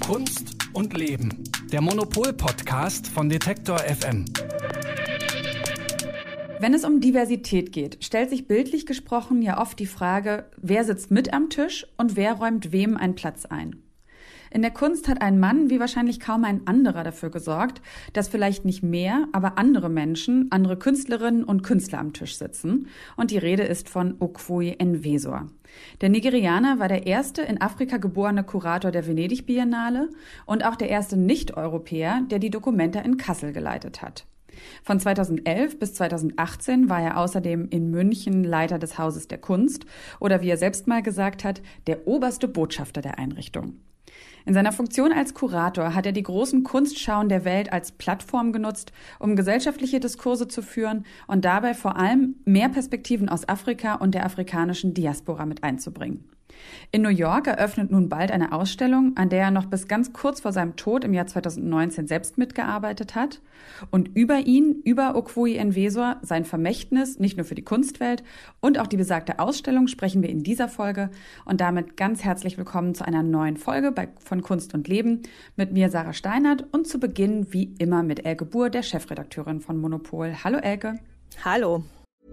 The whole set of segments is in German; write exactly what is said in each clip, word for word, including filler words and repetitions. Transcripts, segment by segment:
Kunst und Leben. Der Monopol-Podcast von Detektor F M. Wenn es um Diversität geht, stellt sich bildlich gesprochen ja oft die Frage, wer sitzt mit am Tisch und wer räumt wem einen Platz ein. In der Kunst hat ein Mann wie wahrscheinlich kaum ein anderer dafür gesorgt, dass vielleicht nicht mehr, aber andere Menschen, andere Künstlerinnen und Künstler am Tisch sitzen. Und die Rede ist von Okwui Enwezor. Der Nigerianer war der erste in Afrika geborene Kurator der Venedig-Biennale und auch der erste Nicht-Europäer, der die Documenta in Kassel geleitet hat. Von zweitausendelf bis zweitausendachtzehn war er außerdem in München Leiter des Hauses der Kunst oder wie er selbst mal gesagt hat, der oberste Botschafter der Einrichtung. In seiner Funktion als Kurator hat er die großen Kunstschauen der Welt als Plattform genutzt, um gesellschaftliche Diskurse zu führen und dabei vor allem mehr Perspektiven aus Afrika und der afrikanischen Diaspora mit einzubringen. In New York eröffnet nun bald eine Ausstellung, an der er noch bis ganz kurz vor seinem Tod im Jahr zweitausendneunzehn selbst mitgearbeitet hat. Und über ihn, über Okwui Enwezor, sein Vermächtnis, nicht nur für die Kunstwelt und auch die besagte Ausstellung, sprechen wir in dieser Folge. Und damit ganz herzlich willkommen zu einer neuen Folge bei, von Kunst und Leben mit mir, Sarah Steinert, und zu Beginn wie immer mit Elke Buhr, der Chefredakteurin von Monopol. Hallo Elke. Hallo.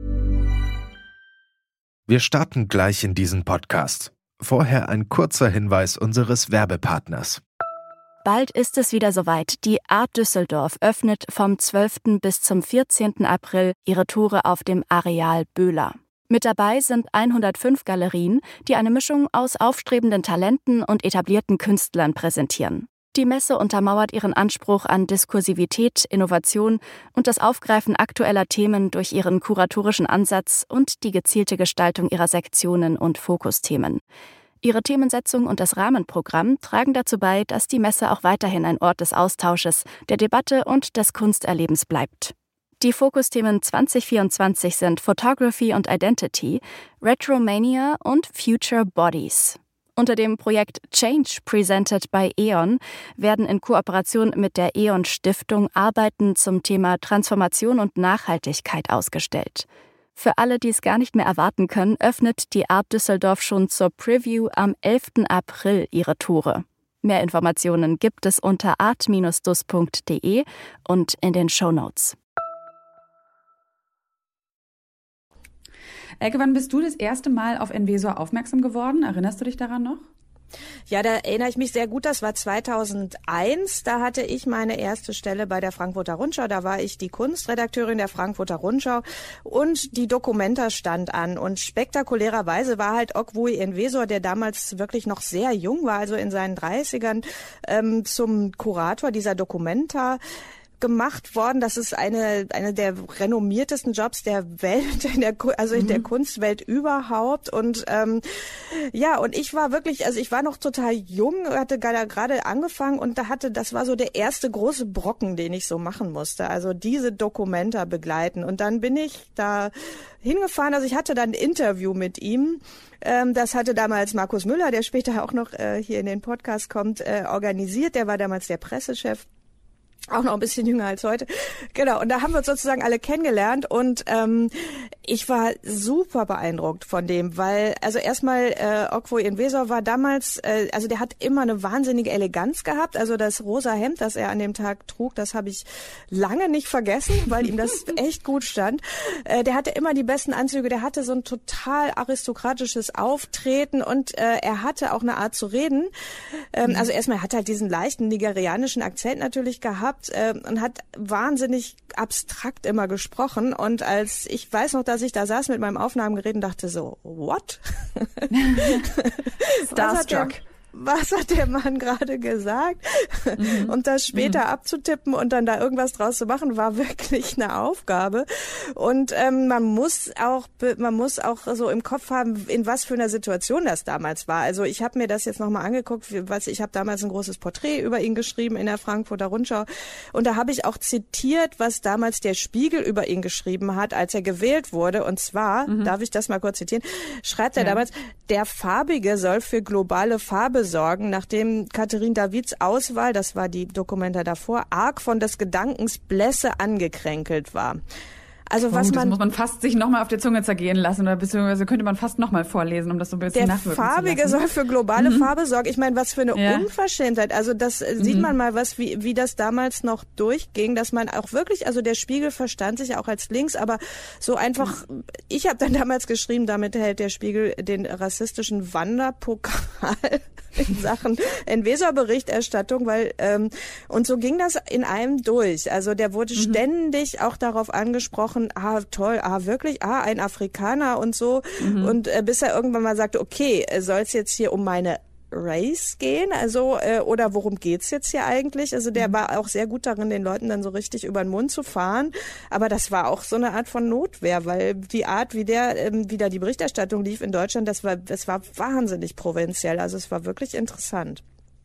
Wir starten gleich in diesen Podcast. Vorher ein kurzer Hinweis unseres Werbepartners. Bald ist es wieder soweit. Die Art Düsseldorf öffnet vom zwölften bis zum vierzehnten April ihre Tore auf dem Areal Böhler. Mit dabei sind hundertfünf Galerien, die eine Mischung aus aufstrebenden Talenten und etablierten Künstlern präsentieren. Die Messe untermauert ihren Anspruch an Diskursivität, Innovation und das Aufgreifen aktueller Themen durch ihren kuratorischen Ansatz und die gezielte Gestaltung ihrer Sektionen und Fokusthemen. Ihre Themensetzung und das Rahmenprogramm tragen dazu bei, dass die Messe auch weiterhin ein Ort des Austausches, der Debatte und des Kunsterlebens bleibt. Die Fokusthemen zwanzig vierundzwanzig sind Photography und Identity, Retromania und Future Bodies. Unter dem Projekt Change Presented by E.ON werden in Kooperation mit der E.ON Stiftung Arbeiten zum Thema Transformation und Nachhaltigkeit ausgestellt. Für alle, die es gar nicht mehr erwarten können, öffnet die Art Düsseldorf schon zur Preview am elften April ihre Tore. Mehr Informationen gibt es unter art Bindestrich dus punkt de und in den Shownotes. Elke, wann bist du das erste Mal auf Enwezor aufmerksam geworden? Erinnerst du dich daran noch? Ja, da erinnere ich mich sehr gut. Das war zweitausendeins. Da hatte ich meine erste Stelle bei der Frankfurter Rundschau. Da war ich die Kunstredakteurin der Frankfurter Rundschau und die Documenta stand an. Und spektakulärerweise war halt Okwui Enwezor, der damals wirklich noch sehr jung war, also in seinen dreißigern, ähm, zum Kurator dieser Documenta gemacht worden. Das ist eine eine der renommiertesten Jobs der Welt, in der, also in der Kunstwelt überhaupt. Und ähm, ja, und ich war wirklich, also ich war noch total jung, hatte gerade angefangen und da hatte, das war so der erste große Brocken, den ich so machen musste. Also diese Documenta begleiten. Und dann bin ich da hingefahren. Also ich hatte dann ein Interview mit ihm. Ähm, das hatte damals Markus Müller, der später auch noch äh, hier in den Podcast kommt, äh, organisiert. Der war damals der Pressechef. Auch noch ein bisschen jünger als heute. Genau, und da haben wir uns sozusagen alle kennengelernt und ähm, ich war super beeindruckt von dem, weil, also erstmal, äh, Okwui Enwezor war damals, äh, also der hat immer eine wahnsinnige Eleganz gehabt, also das rosa Hemd, das er an dem Tag trug, das habe ich lange nicht vergessen, weil ihm das echt gut stand. Äh, der hatte immer die besten Anzüge, der hatte so ein total aristokratisches Auftreten und äh, er hatte auch eine Art zu reden. Ähm, also erstmal, er hat halt diesen leichten nigerianischen Akzent natürlich gehabt, und hat wahnsinnig abstrakt immer gesprochen. Und als ich weiß noch, dass ich da saß mit meinem Aufnahmegerät und dachte so, what? Starstruck. Was hat der Mann gerade gesagt? Mhm. Und das später mhm. abzutippen und dann da irgendwas draus zu machen, war wirklich eine Aufgabe. Und ähm, man muss auch, man muss auch so im Kopf haben, in was für einer Situation das damals war. Also ich habe mir das jetzt nochmal angeguckt, was ich habe damals ein großes Porträt über ihn geschrieben in der Frankfurter Rundschau. Und da habe ich auch zitiert, was damals der Spiegel über ihn geschrieben hat, als er gewählt wurde. Und zwar, mhm. darf ich das mal kurz zitieren, schreibt er ja. damals, der Farbige soll für globale Farbe sorgen, nachdem Catherine Davids Auswahl, das war die Documenta davor, arg von des Gedankens Blässe angekränkelt war. Also was oh, das man muss man fast sich nochmal auf der Zunge zergehen lassen oder beziehungsweise könnte man fast nochmal vorlesen, um das so ein bisschen nachwirken zu lassen. Der Farbige soll für globale mhm. Farbe sorgen. Ich meine, was für eine ja. Unverschämtheit. Also das mhm. sieht man mal, was wie wie das damals noch durchging, dass man auch wirklich, also der Spiegel verstand sich ja auch als links, aber so einfach, mhm. ich habe dann damals geschrieben, damit hält der Spiegel den rassistischen Wanderpokal in Sachen Envesor-Berichterstattung, weil ähm, und so ging das in einem durch. Also der wurde mhm. ständig auch darauf angesprochen, ah toll, ah wirklich, ah ein Afrikaner und so mhm. und äh, bis er irgendwann mal sagte, okay, soll es jetzt hier um meine Race gehen, also äh, oder worum geht's jetzt hier eigentlich? Also der war auch sehr gut darin, den Leuten dann so richtig über den Mund zu fahren, aber das war auch so eine Art von Notwehr, weil die Art, wie der ähm, wie da die Berichterstattung lief in Deutschland, das war das war wahnsinnig provinziell, also es war wirklich interessant.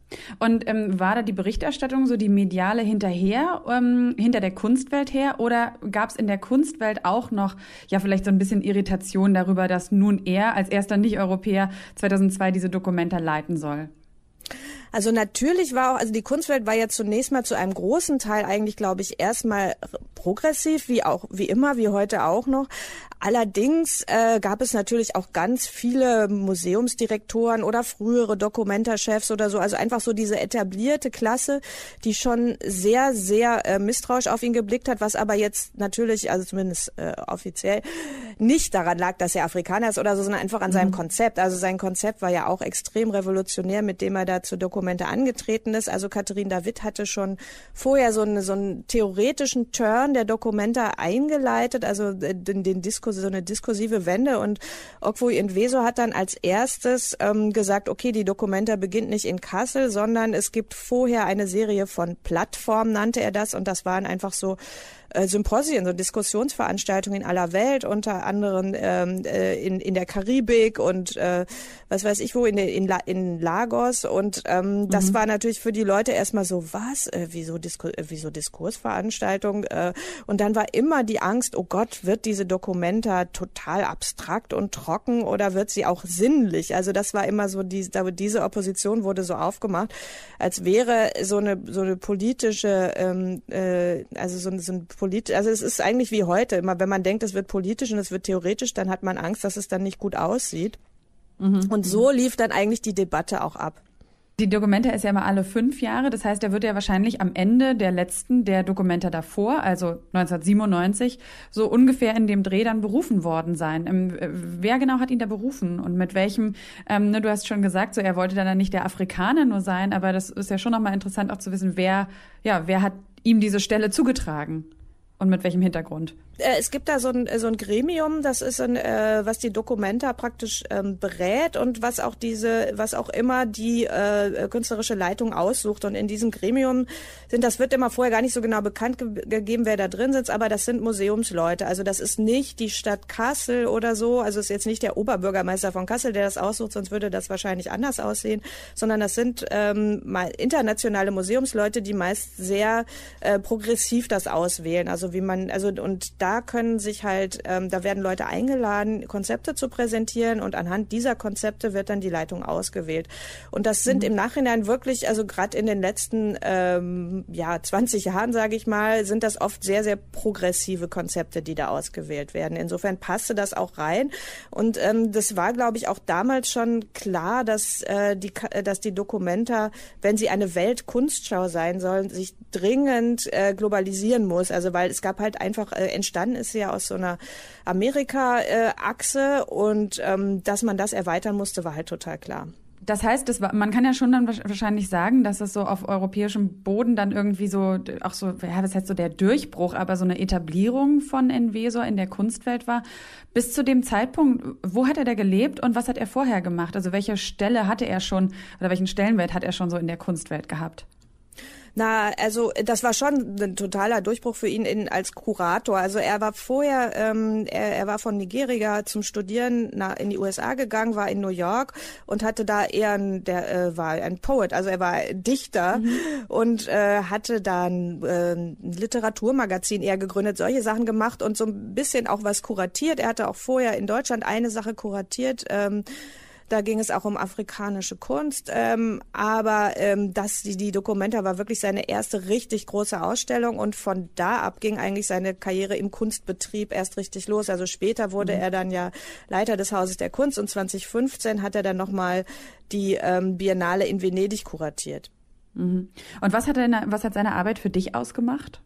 Und ähm, war da die Berichterstattung so die mediale hinterher, ähm, hinter der Kunstwelt her? Oder gab es in der Kunstwelt auch noch ja vielleicht so ein bisschen Irritation darüber, dass nun er als erster Nicht-Europäer zweitausendzwei diese Dokumenta leiten soll? Also natürlich war auch, also die Kunstwelt war ja zunächst mal zu einem großen Teil eigentlich, glaube ich, erstmal progressiv, wie auch, wie immer, wie heute auch noch. Allerdings äh, gab es natürlich auch ganz viele Museumsdirektoren oder frühere Documenta-Chefs oder so, also einfach so diese etablierte Klasse, die schon sehr, sehr äh, misstrauisch auf ihn geblickt hat, was aber jetzt natürlich, also zumindest äh, offiziell, nicht daran lag, dass er Afrikaner ist oder so, sondern einfach an seinem mhm. Konzept. Also sein Konzept war ja auch extrem revolutionär, mit dem er da zu Dokumenta angetreten ist. Also Katharine David hatte schon vorher so, eine, so einen theoretischen Turn der Dokumenta eingeleitet, also den, den Diskurs, so eine diskursive Wende, und Okwui Envesor hat dann als erstes ähm, gesagt, okay, die Dokumenta beginnt nicht in Kassel, sondern es gibt vorher eine Serie von Plattformen, nannte er das, und das waren einfach so Symposien, so Diskussionsveranstaltungen in aller Welt, unter anderem ähm, in in der Karibik und äh, was weiß ich wo, in in, La- in Lagos, und ähm, das mhm. war natürlich für die Leute erstmal so, was, äh, wieso, Disku- äh, wieso Diskursveranstaltung, äh, und dann war immer die Angst, oh Gott, wird diese Dokumenta total abstrakt und trocken oder wird sie auch sinnlich? Also das war immer so, die, diese Opposition wurde so aufgemacht, als wäre so eine so eine politische, ähm, äh, also so, so ein Polit- also es ist eigentlich wie heute, immer wenn man denkt, es wird politisch und es wird theoretisch, dann hat man Angst, dass es dann nicht gut aussieht. Mhm. Und so lief dann eigentlich die Debatte auch ab. Die Documenta ist ja immer alle fünf Jahre, das heißt, er wird ja wahrscheinlich am Ende der letzten, der Documenta davor, also neunzehnhundertsiebenundneunzig, so ungefähr in dem Dreh dann berufen worden sein. Ähm, wer genau hat ihn da berufen und mit welchem, ähm, ne, du hast schon gesagt, so er wollte dann nicht der Afrikaner nur sein, aber das ist ja schon nochmal interessant auch zu wissen, wer, ja, wer hat ihm diese Stelle zugetragen? Und mit welchem Hintergrund? Es gibt da so ein, so ein Gremium, das ist ein, äh, was die Dokumenta praktisch ähm, berät und was auch diese, was auch immer die äh, künstlerische Leitung aussucht. Und in diesem Gremium sind, das wird immer vorher gar nicht so genau bekannt ge- gegeben, wer da drin sitzt, aber das sind Museumsleute. Also das ist nicht die Stadt Kassel oder so, also ist jetzt nicht der Oberbürgermeister von Kassel, der das aussucht, sonst würde das wahrscheinlich anders aussehen, sondern das sind ähm, mal internationale Museumsleute, die meist sehr äh, progressiv das auswählen. Also wie man, also und da können sich halt, ähm, da werden Leute eingeladen, Konzepte zu präsentieren, und anhand dieser Konzepte wird dann die Leitung ausgewählt. Und das sind mhm. im Nachhinein wirklich, also gerade in den letzten ähm, ja zwanzig Jahren, sage ich mal, sind das oft sehr, sehr progressive Konzepte, die da ausgewählt werden. Insofern passte das auch rein. Und ähm, das war, glaube ich, auch damals schon klar, dass, äh, die, dass die Documenta, wenn sie eine Weltkunstschau sein sollen, sich dringend äh, globalisieren muss. Also weil es gab halt einfach, äh, entstanden ist ja aus so einer Amerika-Achse, äh, und ähm, dass man das erweitern musste, war halt total klar. Das heißt, das war, man kann ja schon dann wahrscheinlich sagen, dass es so auf europäischem Boden dann irgendwie so, auch so, ja, was heißt so der Durchbruch, aber so eine Etablierung von Envesor in der Kunstwelt war. Bis zu dem Zeitpunkt, wo hat er da gelebt und was hat er vorher gemacht? Also welche Stelle hatte er schon, oder welchen Stellenwert hat er schon so in der Kunstwelt gehabt? Na, also das war schon ein totaler Durchbruch für ihn in, als Kurator. Also er war vorher, ähm, er, er war von Nigeria zum Studieren nach, in die U S A gegangen, war in New York und hatte da eher ein, der äh, war ein Poet, also er war Dichter mhm. und äh, hatte da ein, äh, ein Literaturmagazin eher gegründet, solche Sachen gemacht und so ein bisschen auch was kuratiert. Er hatte auch vorher in Deutschland eine Sache kuratiert. Ähm, Da ging es auch um afrikanische Kunst. Ähm, aber ähm, das, die, die Documenta war wirklich seine erste richtig große Ausstellung und von da ab ging eigentlich seine Karriere im Kunstbetrieb erst richtig los. Also später wurde mhm. er dann ja Leiter des Hauses der Kunst und zwanzig fünfzehn hat er dann nochmal die ähm, Biennale in Venedig kuratiert. Mhm. Und was hat, deine, was hat seine Arbeit für dich ausgemacht?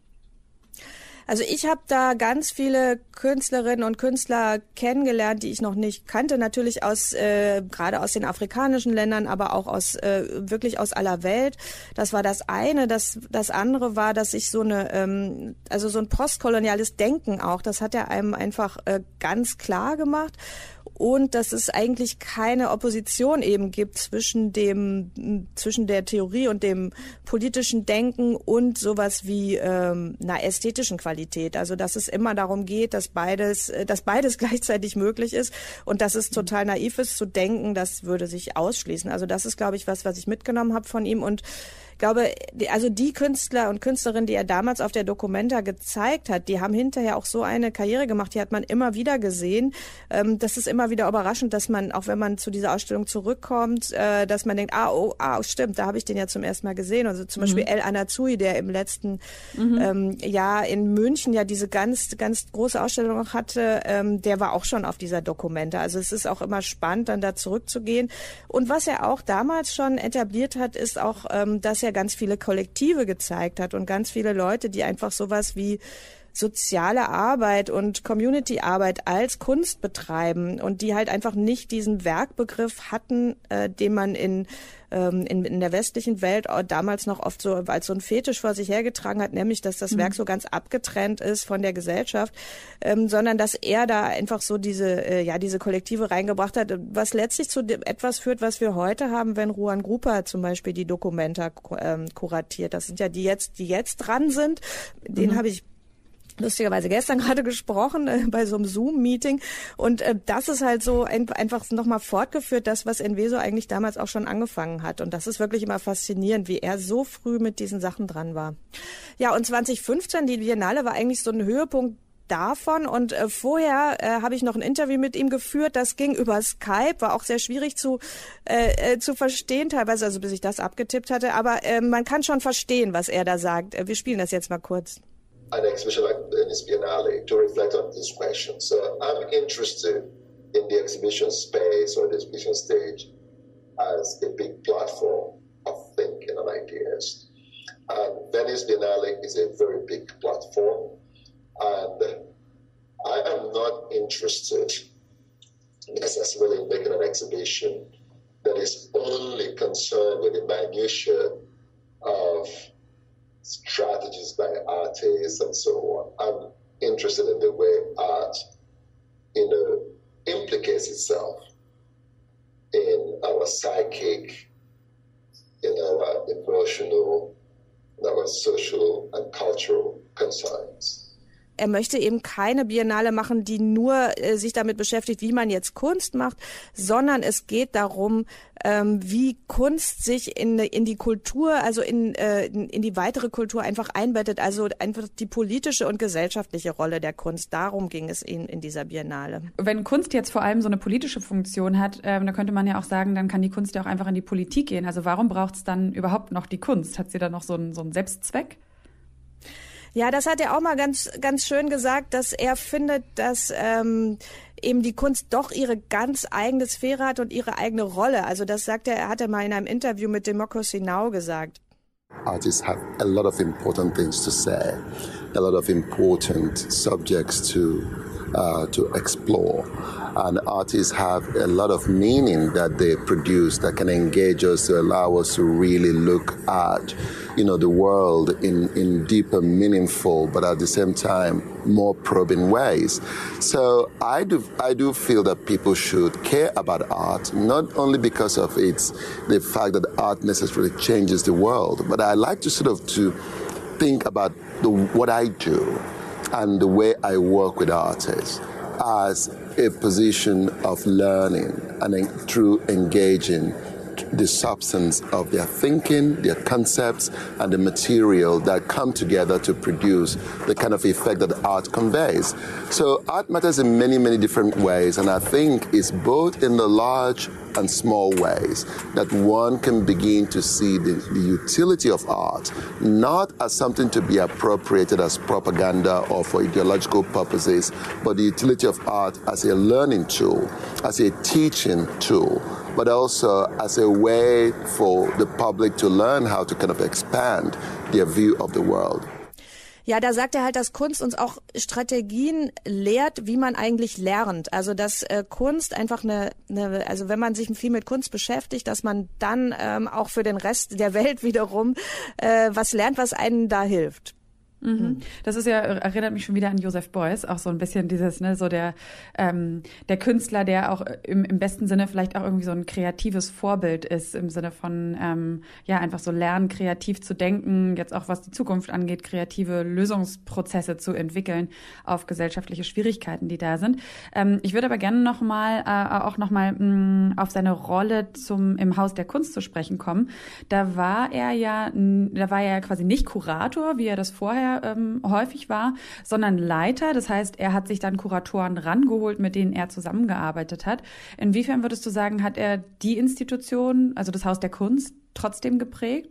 Also ich habe da ganz viele Künstlerinnen und Künstler kennengelernt, die ich noch nicht kannte, natürlich aus äh, gerade aus den afrikanischen Ländern, aber auch aus äh, wirklich aus aller Welt. Das war das eine. Das das andere war, dass ich so eine ähm, also so ein postkoloniales Denken auch, das hat er einem einfach äh, ganz klar gemacht. Und dass es eigentlich keine Opposition eben gibt zwischen dem, zwischen der Theorie und dem politischen Denken und sowas wie ähm, einer ästhetischen Qualität. Also dass es immer darum geht, dass beides, dass beides gleichzeitig möglich ist und dass es total naiv ist zu denken, das würde sich ausschließen. Also das ist, glaube ich, was, was ich mitgenommen habe von ihm. Und ich glaube, also die Künstler und Künstlerinnen, die er damals auf der Documenta gezeigt hat, die haben hinterher auch so eine Karriere gemacht, die hat man immer wieder gesehen. Das ist immer wieder überraschend, dass man, auch wenn man zu dieser Ausstellung zurückkommt, dass man denkt, ah, oh, ah, stimmt, da habe ich den ja zum ersten Mal gesehen. Also zum mhm. Beispiel El Anatsui, der im letzten mhm. ähm, Jahr in München ja diese ganz, ganz große Ausstellung hatte, ähm, der war auch schon auf dieser Documenta. Also es ist auch immer spannend, dann da zurückzugehen. Und was er auch damals schon etabliert hat, ist auch, ähm, dass er ganz viele Kollektive gezeigt hat und ganz viele Leute, die einfach sowas wie soziale Arbeit und Community-Arbeit als Kunst betreiben und die halt einfach nicht diesen Werkbegriff hatten, äh, den man in, ähm, in in der westlichen Welt damals noch oft so als so ein Fetisch vor sich hergetragen hat, nämlich, dass das mhm. Werk so ganz abgetrennt ist von der Gesellschaft, ähm, sondern dass er da einfach so diese äh, ja diese Kollektive reingebracht hat, was letztlich zu etwas führt, was wir heute haben, wenn Ruan Grupa zum Beispiel die Documenta ähm, kuratiert. Das sind ja die jetzt, die jetzt dran sind. Den mhm. habe ich lustigerweise gestern gerade gesprochen äh, bei so einem Zoom-Meeting und äh, das ist halt so ein, einfach nochmal fortgeführt, das, was Enveso eigentlich damals auch schon angefangen hat und das ist wirklich immer faszinierend, wie er so früh mit diesen Sachen dran war. Ja, und zwanzig fünfzehn, die Biennale war eigentlich so ein Höhepunkt davon und äh, vorher äh, habe ich noch ein Interview mit ihm geführt, das ging über Skype, war auch sehr schwierig zu äh, äh, zu verstehen teilweise, also bis ich das abgetippt hatte, aber äh, man kann schon verstehen, was er da sagt. Äh, wir spielen das jetzt mal kurz. An exhibition like this Biennale to reflect on this question. So I'm interested in the exhibition space or the exhibition stage as a big platform of thinking and ideas. And Venice Biennale is a very big platform. And I am not interested necessarily in making an exhibition that is only concerned with the minutiae of strategies by artists and so on. I'm interested in the way art, you know, implicates itself in our psychic, in our emotional, in our social and cultural concerns. Er möchte eben keine Biennale machen, die nur äh, sich damit beschäftigt, wie man jetzt Kunst macht, sondern es geht darum, ähm, wie Kunst sich in, in die Kultur, also in, äh, in, in die weitere Kultur einfach einbettet, also einfach die politische und gesellschaftliche Rolle der Kunst. Darum ging es in, in dieser Biennale. Wenn Kunst jetzt vor allem so eine politische Funktion hat, ähm, dann könnte man ja auch sagen, dann kann die Kunst ja auch einfach in die Politik gehen. Also warum braucht es dann überhaupt noch die Kunst? Hat sie da noch so einen, so einen Selbstzweck? Ja, das hat er auch mal ganz ganz schön gesagt, dass er findet, dass ähm, eben die Kunst doch ihre ganz eigene Sphäre hat und ihre eigene Rolle. Also das sagt er, er hat er mal in einem Interview mit Democracy Now! Gesagt. Artists have a lot of important things to say, a lot of important subjects to uh, to explore. And artists have a lot of meaning that they produce that can engage us, to allow us to really look at, you know, the world in, in deeper, meaningful, but at the same time, more probing ways. So I do, I do feel that people should care about art, not only because of its, the fact that art necessarily changes the world, but I like to sort of to think about the, what I do and the way I work with artists as a position of learning and through engaging the substance of their thinking, their concepts, and the material that come together to produce the kind of effect that art conveys. So art matters in many, many different ways, and I think it's both in the large and small ways that one can begin to see the, the utility of art, not as something to be appropriated as propaganda or for ideological purposes, but the utility of art as a learning tool, as a teaching tool, but also as a way for the public to learn how to kind of expand their view of the world. Ja, da sagt er halt, dass Kunst uns auch Strategien lehrt, wie man eigentlich lernt. Also dass äh, Kunst einfach eine, eine, also wenn man sich viel mit Kunst beschäftigt, dass man dann ähm, auch für den Rest der Welt wiederum äh, was lernt, was einem da hilft. Mhm. Das ist ja, erinnert mich schon wieder an Joseph Beuys, auch so ein bisschen dieses, ne, so der ähm, der Künstler, der auch im, im besten Sinne vielleicht auch irgendwie so ein kreatives Vorbild ist, im Sinne von, ähm, ja, einfach so lernen, kreativ zu denken, jetzt auch was die Zukunft angeht, kreative Lösungsprozesse zu entwickeln auf gesellschaftliche Schwierigkeiten, die da sind. Ähm, ich würde aber gerne noch mal, äh, auch noch mal mh, auf seine Rolle zum im Haus der Kunst zu sprechen kommen. Da war er ja, da war er ja quasi nicht Kurator, wie er das vorher Ähm, häufig war, sondern Leiter. Das heißt, er hat sich dann Kuratoren rangeholt, mit denen er zusammengearbeitet hat. Inwiefern würdest du sagen, hat er die Institution, also das Haus der Kunst, trotzdem geprägt?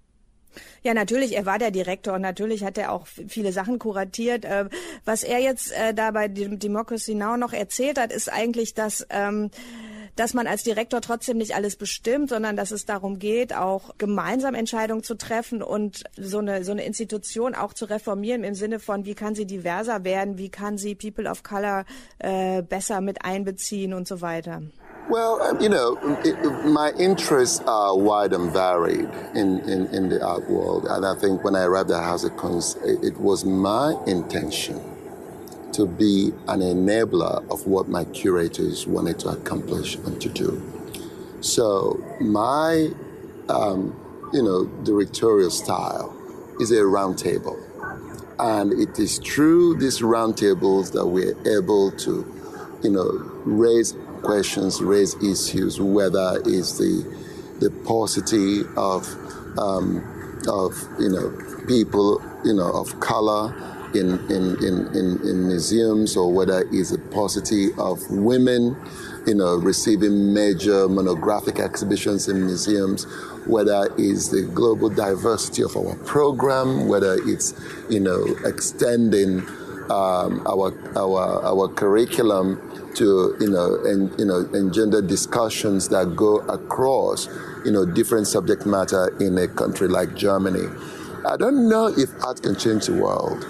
Ja, natürlich, er war der Direktor und natürlich hat er auch viele Sachen kuratiert. Was er jetzt da bei Democracy Now! Noch erzählt hat, ist eigentlich, dass ähm, dass man als Direktor trotzdem nicht alles bestimmt, sondern dass es darum geht, auch gemeinsam Entscheidungen zu treffen und so eine so eine Institution auch zu reformieren im Sinne von, wie kann sie diverser werden, wie kann sie People of Color äh, besser mit einbeziehen und so weiter. Well, you know, it, my interests are wide and varied in, in, in the art world, and I think when I arrived at House of Kunst, it, it was my intention to be an enabler of what my curators wanted to accomplish and to do. So my, um, you know, directorial style is a round table. And it is through these round tables that we're able to, you know, raise questions, raise issues, whether it's the, the paucity of, um, of, you know, people, you know, of color, In, in, in, in museums, or whether it's a paucity of women, you know, receiving major monographic exhibitions in museums, whether it's the global diversity of our program, whether it's, you know, extending um, our, our, our curriculum to, you know, and, you know, engender discussions that go across, you know, different subject matter in a country like Germany. I don't know if art can change the world,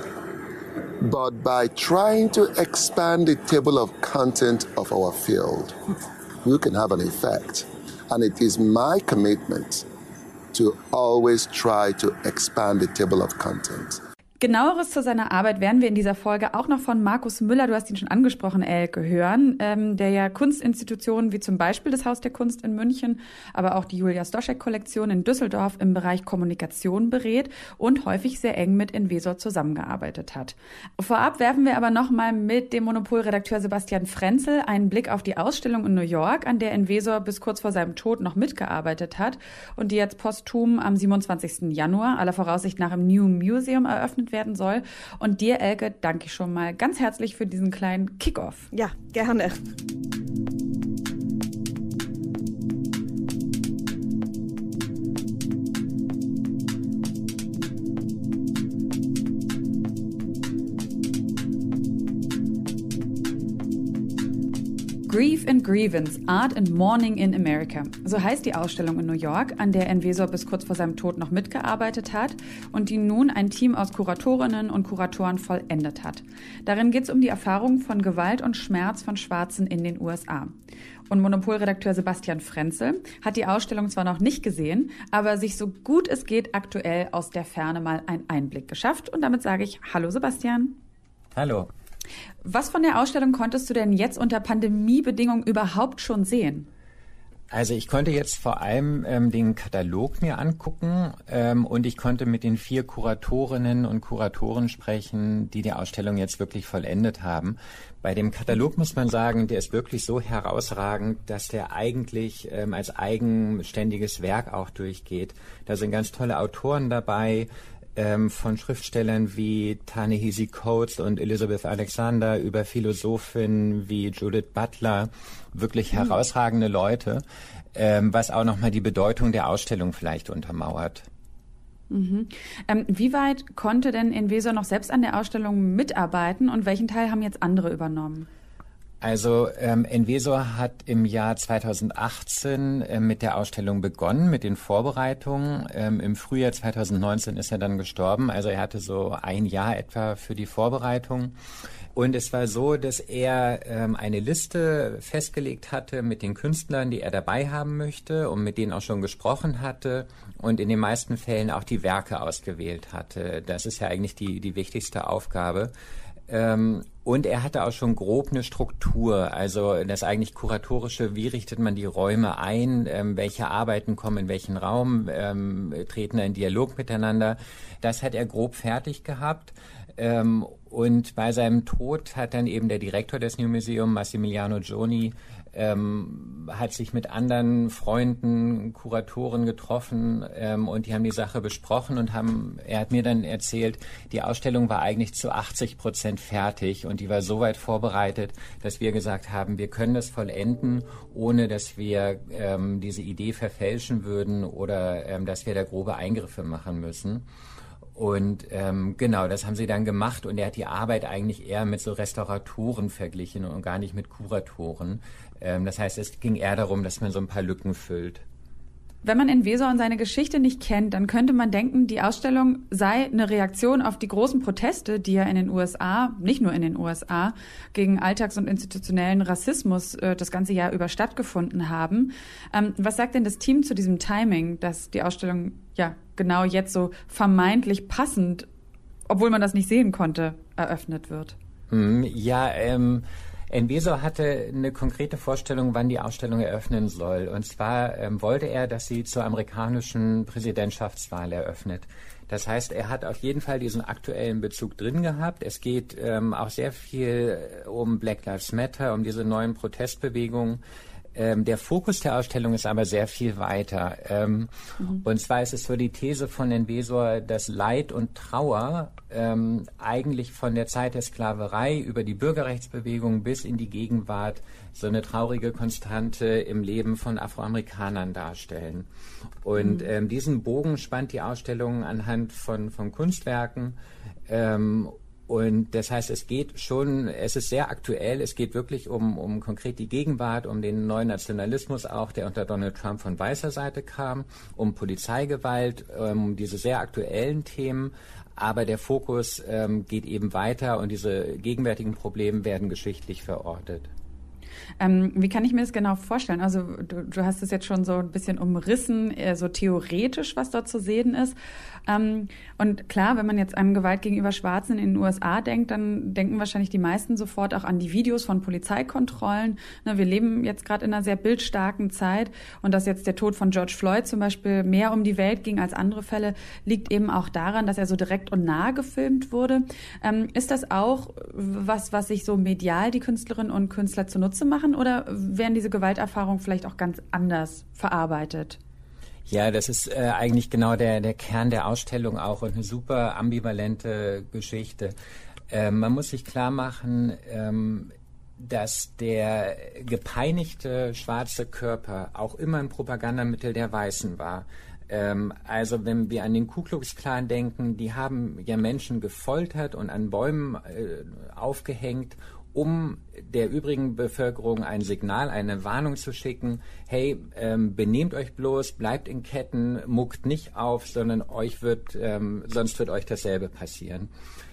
but by trying to expand the table of content of our field, we can have an effect. And it is my commitment to always try to expand the table of content. Genaueres zu seiner Arbeit werden wir in dieser Folge auch noch von Markus Müller, du hast ihn schon angesprochen, Elke, hören, ähm, der ja Kunstinstitutionen wie zum Beispiel das Haus der Kunst in München, aber auch die Julia Stoschek-Kollektion in Düsseldorf im Bereich Kommunikation berät und häufig sehr eng mit Envesor zusammengearbeitet hat. Vorab werfen wir aber nochmal mit dem Monopol-Redakteur Sebastian Frenzel einen Blick auf die Ausstellung in New York, an der Envesor bis kurz vor seinem Tod noch mitgearbeitet hat und die jetzt posthum am siebenundzwanzigsten Januar aller Voraussicht nach im New Museum eröffnet werden soll. Und dir, Elke, danke ich schon mal ganz herzlich für diesen kleinen Kick-Off. Ja, gerne. Grief and Grievance, Art and Mourning in America. So heißt die Ausstellung in New York, an der Envesor bis kurz vor seinem Tod noch mitgearbeitet hat und die nun ein Team aus Kuratorinnen und Kuratoren vollendet hat. Darin geht es um die Erfahrung von Gewalt und Schmerz von Schwarzen in den U S A. Und Monopolredakteur Sebastian Frenzel hat die Ausstellung zwar noch nicht gesehen, aber sich so gut es geht aktuell aus der Ferne mal einen Einblick geschafft. Und damit sage ich Hallo Sebastian. Hallo. Was von der Ausstellung konntest du denn jetzt unter Pandemiebedingungen überhaupt schon sehen? Also ich konnte jetzt vor allem ähm, den Katalog mir angucken ähm, und ich konnte mit den vier Kuratorinnen und Kuratoren sprechen, die die Ausstellung jetzt wirklich vollendet haben. Bei dem Katalog muss man sagen, der ist wirklich so herausragend, dass der eigentlich ähm, als eigenständiges Werk auch durchgeht. Da sind ganz tolle Autoren dabei, ähm, von Schriftstellern wie Ta-Nehisi Coates und Elizabeth Alexander über Philosophinnen wie Judith Butler, wirklich herausragende Leute, ähm, was auch nochmal die Bedeutung der Ausstellung vielleicht untermauert. Mhm. Ähm, wie weit konnte denn Envesor noch selbst an der Ausstellung mitarbeiten und welchen Teil haben jetzt andere übernommen? Also ähm, Envesor hat im Jahr zweitausendachtzehn äh, mit der Ausstellung begonnen, mit den Vorbereitungen. Ähm, Im Frühjahr zweitausendneunzehn ist er dann gestorben. Also er hatte so ein Jahr etwa für die Vorbereitung. Und es war so, dass er ähm, eine Liste festgelegt hatte mit den Künstlern, die er dabei haben möchte und mit denen auch schon gesprochen hatte und in den meisten Fällen auch die Werke ausgewählt hatte. Das ist ja eigentlich die, die wichtigste Aufgabe. Ähm, und er hatte auch schon grob eine Struktur, also das eigentlich kuratorische, wie richtet man die Räume ein, ähm, welche Arbeiten kommen in welchen Raum, ähm, treten in Dialog miteinander. Das hat er grob fertig gehabt. Ähm, und bei seinem Tod hat dann eben der Direktor des New Museum, Massimiliano Gioni, ähm, hat sich mit anderen Freunden, Kuratoren getroffen ähm, und die haben die Sache besprochen und haben, er hat mir dann erzählt, die Ausstellung war eigentlich zu achtzig Prozent fertig und die war so weit vorbereitet, dass wir gesagt haben, wir können das vollenden, ohne dass wir ähm, diese Idee verfälschen würden oder ähm, dass wir da grobe Eingriffe machen müssen. Und ähm, genau, das haben sie dann gemacht und er hat die Arbeit eigentlich eher mit so Restauratoren verglichen und gar nicht mit Kuratoren. Ähm, das heißt, es ging eher darum, dass man so ein paar Lücken füllt. Wenn man Envesor und seine Geschichte nicht kennt, dann könnte man denken, die Ausstellung sei eine Reaktion auf die großen Proteste, die ja in den U S A, nicht nur in den U S A, gegen alltags- und institutionellen Rassismus äh, das ganze Jahr über stattgefunden haben. Ähm, was sagt denn das Team zu diesem Timing, dass die Ausstellung ja genau jetzt so vermeintlich passend, obwohl man das nicht sehen konnte, eröffnet wird? Ja, ähm... Envesor hatte eine konkrete Vorstellung, wann die Ausstellung eröffnen soll. Und zwar ähm, wollte er, dass sie zur amerikanischen Präsidentschaftswahl eröffnet. Das heißt, er hat auf jeden Fall diesen aktuellen Bezug drin gehabt. Es geht ähm, auch sehr viel um Black Lives Matter, um diese neuen Protestbewegungen. Ähm, der Fokus der Ausstellung ist aber sehr viel weiter. Ähm, mhm. Und zwar ist es so die These von Envesor, dass Leid und Trauer ähm, eigentlich von der Zeit der Sklaverei über die Bürgerrechtsbewegung bis in die Gegenwart so eine traurige Konstante im Leben von Afroamerikanern darstellen. Und mhm. ähm, diesen Bogen spannt die Ausstellung anhand von, von Kunstwerken. Ähm, Und das heißt, es geht schon, es ist sehr aktuell, es geht wirklich um, um konkret die Gegenwart, um den neuen Nationalismus auch, der unter Donald Trump von weißer Seite kam, um Polizeigewalt, um diese sehr aktuellen Themen. Aber der Fokus ähm, geht eben weiter und diese gegenwärtigen Probleme werden geschichtlich verortet. Ähm, wie kann ich mir das genau vorstellen? Also du, du hast es jetzt schon so ein bisschen umrissen, eher so theoretisch, was dort zu sehen ist. Ähm, und klar, wenn man jetzt an Gewalt gegenüber Schwarzen in den U S A denkt, dann denken wahrscheinlich die meisten sofort auch an die Videos von Polizeikontrollen. Ne, wir leben jetzt gerade in einer sehr bildstarken Zeit und dass jetzt der Tod von George Floyd zum Beispiel mehr um die Welt ging als andere Fälle, liegt eben auch daran, dass er so direkt und nah gefilmt wurde. Ähm, ist das auch was, was sich so medial die Künstlerinnen und Künstler zunutze machen oder werden diese Gewalterfahrungen vielleicht auch ganz anders verarbeitet? Ja, das ist äh, eigentlich genau der, der Kern der Ausstellung auch und eine super ambivalente Geschichte. Äh, man muss sich klar machen, ähm, dass der gepeinigte schwarze Körper auch immer ein Propagandamittel der Weißen war. Ähm, also wenn wir an den Ku Klux Klan denken, die haben ja Menschen gefoltert und an Bäumen äh, aufgehängt, um der übrigen Bevölkerung ein Signal, eine Warnung zu schicken, hey, ähm, benehmt euch bloß, bleibt in Ketten, muckt nicht auf, sondern euch wird, ähm, sonst wird euch dasselbe passieren.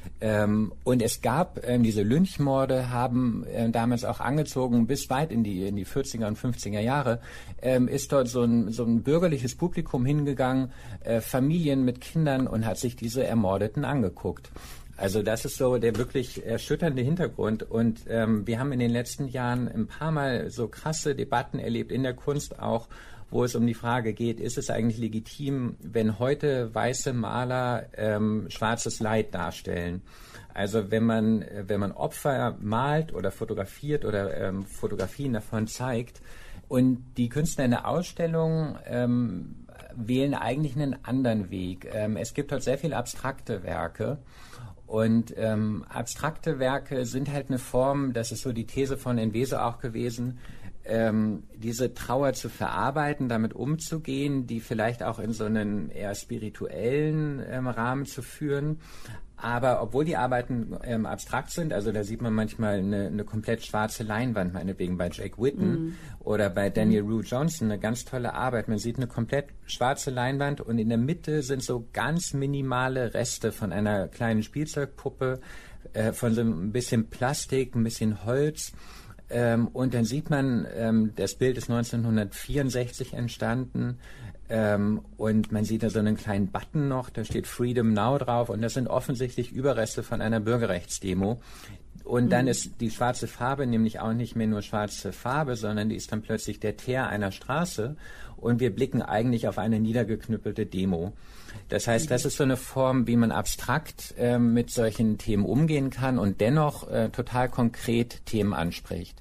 Ähm, und es gab ähm, diese Lynchmorde, haben äh, damals auch angezogen, bis weit in die in die vierziger und fünfziger Jahre, ähm, ist dort so ein, so ein bürgerliches Publikum hingegangen, äh, Familien mit Kindern und hat sich diese Ermordeten angeguckt. Also das ist so der wirklich erschütternde Hintergrund. Und ähm, wir haben in den letzten Jahren ein paar Mal so krasse Debatten erlebt, in der Kunst auch, wo es um die Frage geht, ist es eigentlich legitim, wenn heute weiße Maler ähm, schwarzes Leid darstellen? Also wenn man, wenn man Opfer malt oder fotografiert oder ähm, Fotografien davon zeigt und die Künstler in der Ausstellung ähm, wählen eigentlich einen anderen Weg. Ähm, es gibt dort sehr viele abstrakte Werke. Und ähm, abstrakte Werke sind halt eine Form, das ist so die These von Enveso auch gewesen, ähm, diese Trauer zu verarbeiten, damit umzugehen, die vielleicht auch in so einen eher spirituellen ähm, Rahmen zu führen. Aber obwohl die Arbeiten ähm, abstrakt sind, also da sieht man manchmal eine, eine komplett schwarze Leinwand, meinetwegen bei Jake Whitten mm. oder bei Daniel mm. Rue Johnson, eine ganz tolle Arbeit. Man sieht eine komplett schwarze Leinwand und in der Mitte sind so ganz minimale Reste von einer kleinen Spielzeugpuppe, äh, von so ein bisschen Plastik, ein bisschen Holz. Ähm, und dann sieht man, ähm, das Bild ist neunzehnhundertvierundsechzig entstanden. Ähm, und man sieht da so einen kleinen Button noch, da steht Freedom Now drauf und das sind offensichtlich Überreste von einer Bürgerrechtsdemo. Und mhm. dann ist die schwarze Farbe nämlich auch nicht mehr nur schwarze Farbe, sondern die ist dann plötzlich der Teer einer Straße und wir blicken eigentlich auf eine niedergeknüppelte Demo. Das heißt, das ist so eine Form, wie man abstrakt äh, mit solchen Themen umgehen kann und dennoch äh, total konkret Themen anspricht.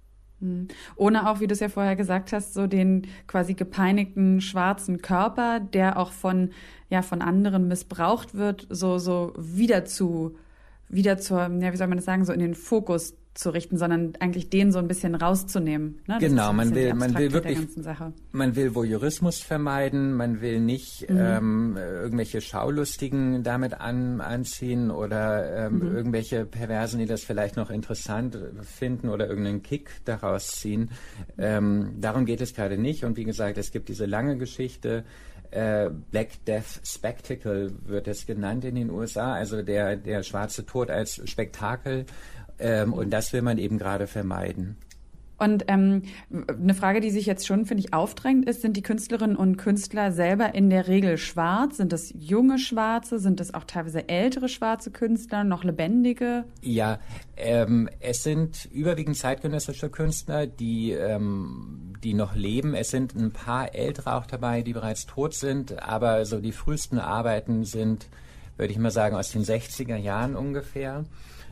Ohne auch, wie du es ja vorher gesagt hast, so den quasi gepeinigten schwarzen Körper, der auch von, ja, von anderen missbraucht wird, so, so wieder zu, wieder zur, ja, wie soll man das sagen, so in den Fokus zu richten, sondern eigentlich den so ein bisschen rauszunehmen. Ne? Genau, man will, man will wirklich, man will Voyeurismus vermeiden, man will nicht mhm. ähm, irgendwelche Schaulustigen damit an, anziehen oder ähm, mhm. irgendwelche Perversen, die das vielleicht noch interessant finden oder irgendeinen Kick daraus ziehen. Ähm, darum geht es gerade nicht. Und wie gesagt, es gibt diese lange Geschichte, äh, Black Death Spectacle wird es genannt in den U S A, also der, der schwarze Tod als Spektakel. Ähm, und das will man eben gerade vermeiden. Und ähm, eine Frage, die sich jetzt schon, finde ich, aufdrängt, ist, sind die Künstlerinnen und Künstler selber in der Regel schwarz? Sind das junge Schwarze? Sind das auch teilweise ältere schwarze Künstler, noch lebendige? Ja, ähm, es sind überwiegend zeitgenössische Künstler, die, ähm, die noch leben. Es sind ein paar ältere auch dabei, die bereits tot sind. Aber so die frühesten Arbeiten sind, würde ich mal sagen, aus den sechziger Jahren ungefähr.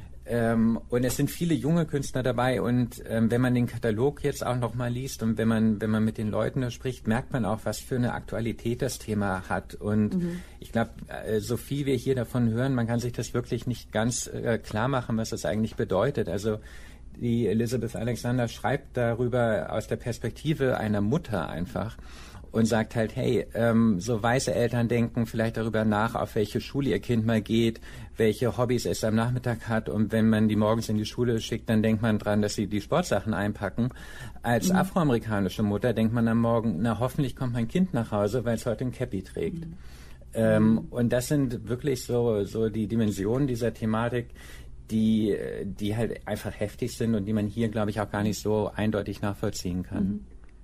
Ähm, und es sind viele junge Künstler dabei und ähm, wenn man den Katalog jetzt auch noch mal liest und wenn man wenn man mit den Leuten da spricht, merkt man auch, was für eine Aktualität das Thema hat. Und mhm. ich glaube, äh, so viel wir hier davon hören, man kann sich das wirklich nicht ganz äh, klar machen, was das eigentlich bedeutet. Also die Elizabeth Alexander schreibt darüber aus der Perspektive einer Mutter einfach. Und sagt halt, hey, ähm, so weiße Eltern denken vielleicht darüber nach, auf welche Schule ihr Kind mal geht, welche Hobbys es am Nachmittag hat. Und wenn man die morgens in die Schule schickt, dann denkt man dran, dass sie die Sportsachen einpacken. Als mhm. afroamerikanische Mutter denkt man am Morgen, na hoffentlich kommt mein Kind nach Hause, weil es heute ein Cappy trägt. Mhm. Ähm, und das sind wirklich so, so die Dimensionen dieser Thematik, die, die halt einfach heftig sind und die man hier, glaube ich, auch gar nicht so eindeutig nachvollziehen kann. Mhm.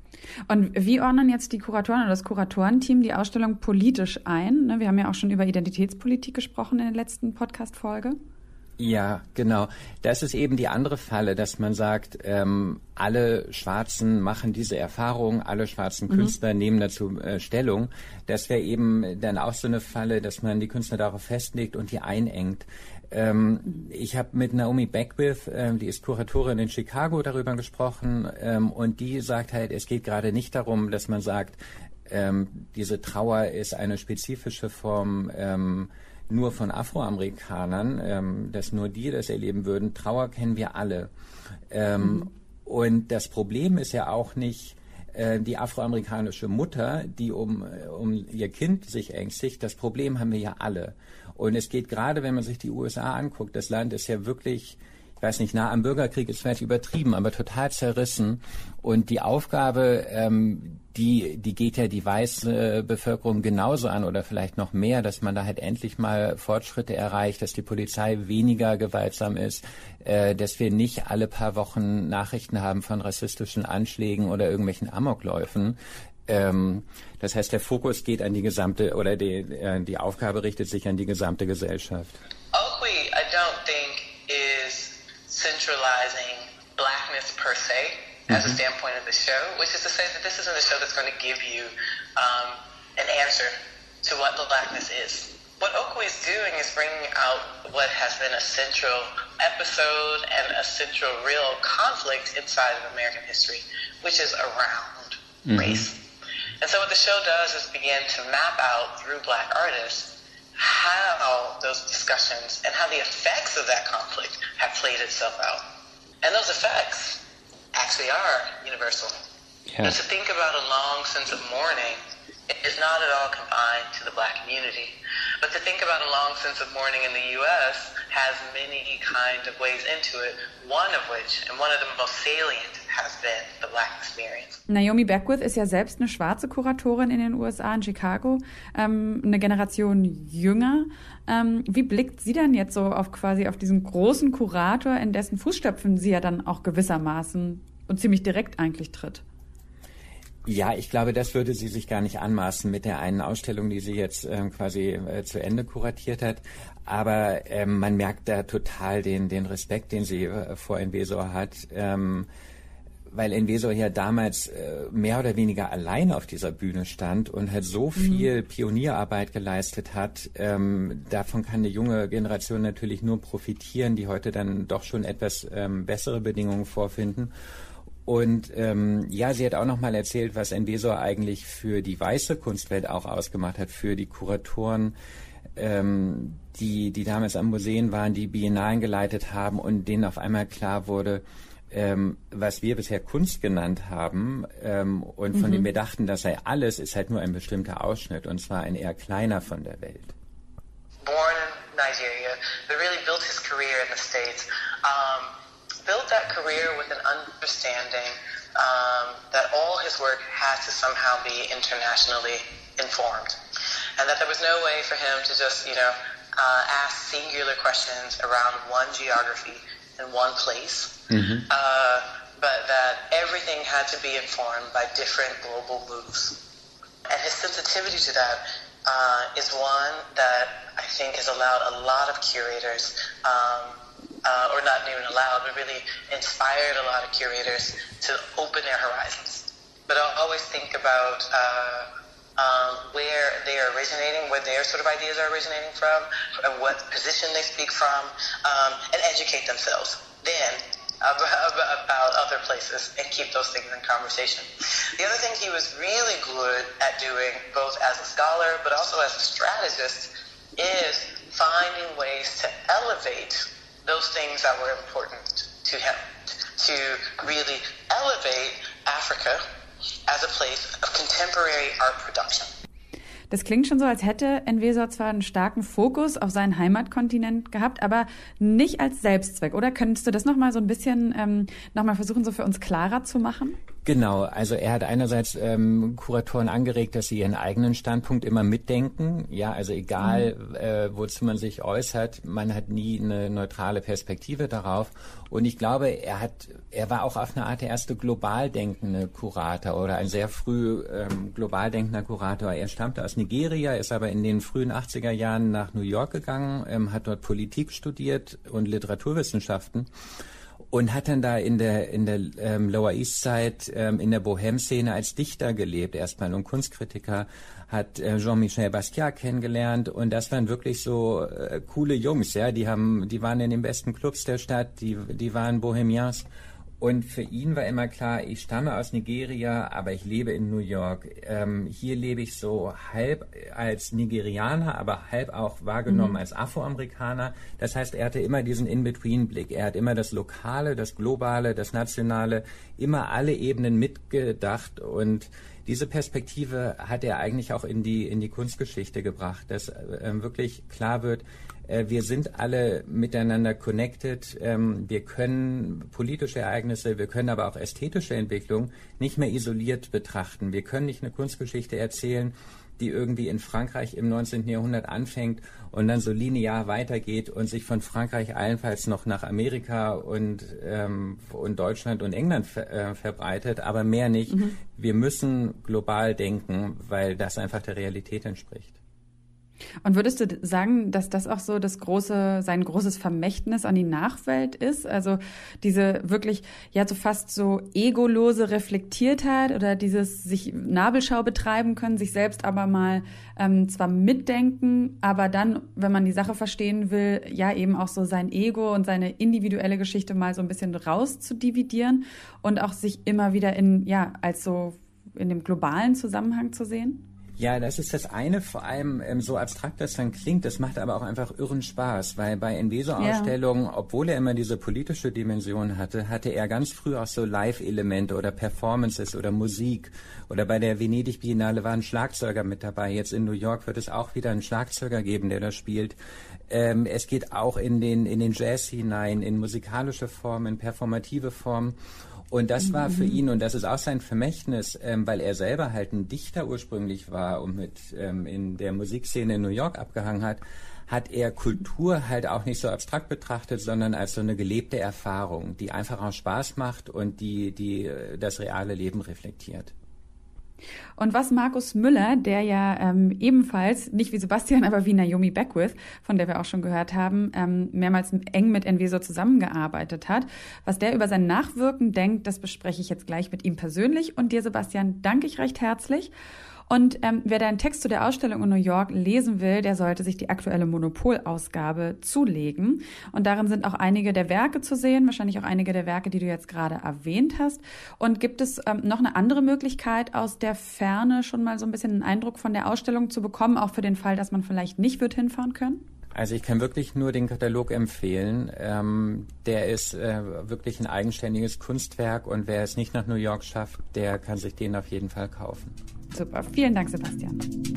Und wie ordnen jetzt die Kuratoren oder das Kuratorenteam die Ausstellung politisch ein? Wir haben ja auch schon über Identitätspolitik gesprochen in der letzten Podcast-Folge. Ja, genau. Das ist eben die andere Falle, dass man sagt, ähm, alle Schwarzen machen diese Erfahrung, alle schwarzen mhm. Künstler nehmen dazu äh, Stellung. Das wäre eben dann auch so eine Falle, dass man die Künstler darauf festlegt und die einengt. Ähm, ich habe mit Naomi Beckwith, ähm, die ist Kuratorin in Chicago, darüber gesprochen ähm, und die sagt halt, es geht gerade nicht darum, dass man sagt, ähm, diese Trauer ist eine spezifische Form ähm, nur von Afroamerikanern, ähm, dass nur die das erleben würden. Trauer kennen wir alle. Ähm, mhm. Und das Problem ist ja auch nicht äh, die afroamerikanische Mutter, die um, um ihr Kind sich ängstigt. Das Problem haben wir ja alle. Und es geht gerade, wenn man sich die U S A anguckt, das Land ist ja wirklich, ich weiß nicht, nah am Bürgerkrieg ist vielleicht übertrieben, aber total zerrissen. Und die Aufgabe, ähm, die, die geht ja die weiße Bevölkerung genauso an oder vielleicht noch mehr, dass man da halt endlich mal Fortschritte erreicht, dass die Polizei weniger gewaltsam ist, äh, dass wir nicht alle paar Wochen Nachrichten haben von rassistischen Anschlägen oder irgendwelchen Amokläufen. Ähm, das heißt, der Fokus geht an die gesamte, oder die, äh, die Aufgabe richtet sich an die gesamte Gesellschaft. Oakley, don't think is centralizing blackness per se mm-hmm. as a standpoint of the show, which is to say that this isn't a show that's going to give you um, an answer to what the blackness is. What Okwe is doing is bringing out what has been a central episode and a central real conflict inside of American history, which is around mm-hmm. race. And so what the show does is begin to map out through black artists how those discussions and how the effects of that conflict have played itself out. And those effects actually are universal. Yeah. And to think about a long sense of mourning is not at all confined to the black community. But to think about a long sense of mourning in the U S has many kind of ways into it, one of which, and one of the most salient, has been the black experience. Naomi Beckwith ist ja selbst eine schwarze Kuratorin in den U S A, in Chicago, ähm, eine Generation jünger. Ähm, wie blickt sie dann jetzt so auf quasi auf diesen großen Kurator, in dessen Fußstapfen sie ja dann auch gewissermaßen und ziemlich direkt eigentlich tritt? Ja, ich glaube, das würde sie sich gar nicht anmaßen mit der einen Ausstellung, die sie jetzt ähm, quasi äh, zu Ende kuratiert hat. Aber ähm, man merkt da total den, den Respekt, den sie äh, vor Envesor hat, ähm, weil Envesor ja damals äh, mehr oder weniger alleine auf dieser Bühne stand und halt so viel mhm. Pionierarbeit geleistet hat. Ähm, davon kann eine junge Generation natürlich nur profitieren, die heute dann doch schon etwas ähm, bessere Bedingungen vorfinden. Und ähm, ja, sie hat auch noch mal erzählt, was Envesor eigentlich für die weiße Kunstwelt auch ausgemacht hat, für die Kuratoren, ähm, die die damals am Museen waren, die Biennalen geleitet haben und denen auf einmal klar wurde, ähm, was wir bisher Kunst genannt haben ähm, und von mhm. dem wir dachten, das sei alles, ist halt nur ein bestimmter Ausschnitt und zwar ein eher kleiner von der Welt. Born in Nigeria, but really built his career in the States. Um, built that career with an understanding um, that all his work had to somehow be internationally informed. And that there was no way for him to just, you know, uh, ask singular questions around one geography and one place. Mm-hmm. Uh, but that everything had to be informed by different global moves. And his sensitivity to that uh, is one that I think has allowed a lot of curators um, Uh, or not even allowed, but really inspired a lot of curators to open their horizons. But I'll always think about uh, um, where they are originating, where their sort of ideas are originating from, and what position they speak from, um, and educate themselves then about, about other places and keep those things in conversation. The other thing he was really good at doing, both as a scholar but also as a strategist, is finding ways to elevate those things that were important to him, to really elevate Africa as a place of contemporary art production. Das klingt schon so, als hätte Envesor zwar einen starken Fokus auf seinen Heimatkontinent gehabt, aber nicht als Selbstzweck. Oder könntest du das nochmal so ein bisschen ähm, nochmal versuchen, so für uns klarer zu machen? Genau, also er hat einerseits ähm, Kuratoren angeregt, dass sie ihren eigenen Standpunkt immer mitdenken. Ja, also egal, mhm. äh, wozu man sich äußert, man hat nie eine neutrale Perspektive darauf. Und ich glaube, er hat, er war auch auf eine Art der erste global denkende Kurator oder ein sehr früh ähm, global denkender Kurator. Er stammte aus Nigeria, ist aber in den frühen achtziger Jahren nach New York gegangen, ähm, hat dort Politik studiert und Literaturwissenschaften. Und hat dann da in der in der ähm, Lower East Side ähm, in der Bohème-Szene als Dichter gelebt erstmal und Kunstkritiker, hat äh, Jean-Michel Basquiat kennengelernt und das waren wirklich so äh, coole Jungs, ja, die haben die waren in den besten Clubs der Stadt, die die waren Bohemians. Und für ihn war immer klar, ich stamme aus Nigeria, aber ich lebe in New York. Ähm, hier lebe ich so halb als Nigerianer, aber halb auch wahrgenommen mhm. als Afroamerikaner. Das heißt, er hatte immer diesen In-Between-Blick. Er hat immer das Lokale, das Globale, das Nationale, immer alle Ebenen mitgedacht. Und diese Perspektive hat er eigentlich auch in die, in die Kunstgeschichte gebracht, dass äh, wirklich klar wird, wir sind alle miteinander connected. Wir können politische Ereignisse, wir können aber auch ästhetische Entwicklung nicht mehr isoliert betrachten. Wir können nicht eine Kunstgeschichte erzählen, die irgendwie in Frankreich im neunzehnten Jahrhundert anfängt und dann so linear weitergeht und sich von Frankreich allenfalls noch nach Amerika und, ähm, und Deutschland und England ver, äh, verbreitet, aber mehr nicht. Mhm. Wir müssen global denken, weil das einfach der Realität entspricht. Und würdest du sagen, dass das auch so das große, sein großes Vermächtnis an die Nachwelt ist? Also diese wirklich, ja, so fast so egolose Reflektiertheit oder dieses sich Nabelschau betreiben können, sich selbst aber mal ähm, zwar mitdenken, aber dann, wenn man die Sache verstehen will, ja eben auch so sein Ego und seine individuelle Geschichte mal so ein bisschen rauszudividieren und auch sich immer wieder in, ja, als so in dem globalen Zusammenhang zu sehen? Ja, das ist das eine, vor allem ähm, so abstrakt das dann klingt, das macht aber auch einfach irren Spaß, weil bei Enveso-Ausstellungen, ja. obwohl er immer diese politische Dimension hatte, hatte er ganz früh auch so Live-Elemente oder Performances oder Musik. Oder bei der Venedig-Biennale war ein Schlagzeuger mit dabei. Jetzt in New York wird es auch wieder einen Schlagzeuger geben, der da spielt. Ähm, es geht auch in den, in den Jazz hinein, in musikalische Formen, in performative Formen. Und das war für ihn, und das ist auch sein Vermächtnis, ähm, weil er selber halt ein Dichter ursprünglich war und mit ähm, in der Musikszene in New York abgehangen hat, hat er Kultur halt auch nicht so abstrakt betrachtet, sondern als so eine gelebte Erfahrung, die einfach auch Spaß macht und die, die das reale Leben reflektiert. Und was Markus Müller, der ja ähm, ebenfalls, nicht wie Sebastian, aber wie Naomi Beckwith, von der wir auch schon gehört haben, ähm, mehrmals eng mit Enveso zusammengearbeitet hat, was der über sein Nachwirken denkt, das bespreche ich jetzt gleich mit ihm persönlich. Und dir, Sebastian, danke ich recht herzlich. Und ähm, wer deinen Text zu der Ausstellung in New York lesen will, der sollte sich die aktuelle Monopol-Ausgabe zulegen. Und darin sind auch einige der Werke zu sehen, wahrscheinlich auch einige der Werke, die du jetzt gerade erwähnt hast. Und gibt es ähm, noch eine andere Möglichkeit, aus der Ferne schon mal so ein bisschen einen Eindruck von der Ausstellung zu bekommen, auch für den Fall, dass man vielleicht nicht wird hinfahren können? Also ich kann wirklich nur den Katalog empfehlen. Ähm, der ist äh, wirklich ein eigenständiges Kunstwerk und wer es nicht nach New York schafft, der kann sich den auf jeden Fall kaufen. Super, vielen Dank, Sebastian.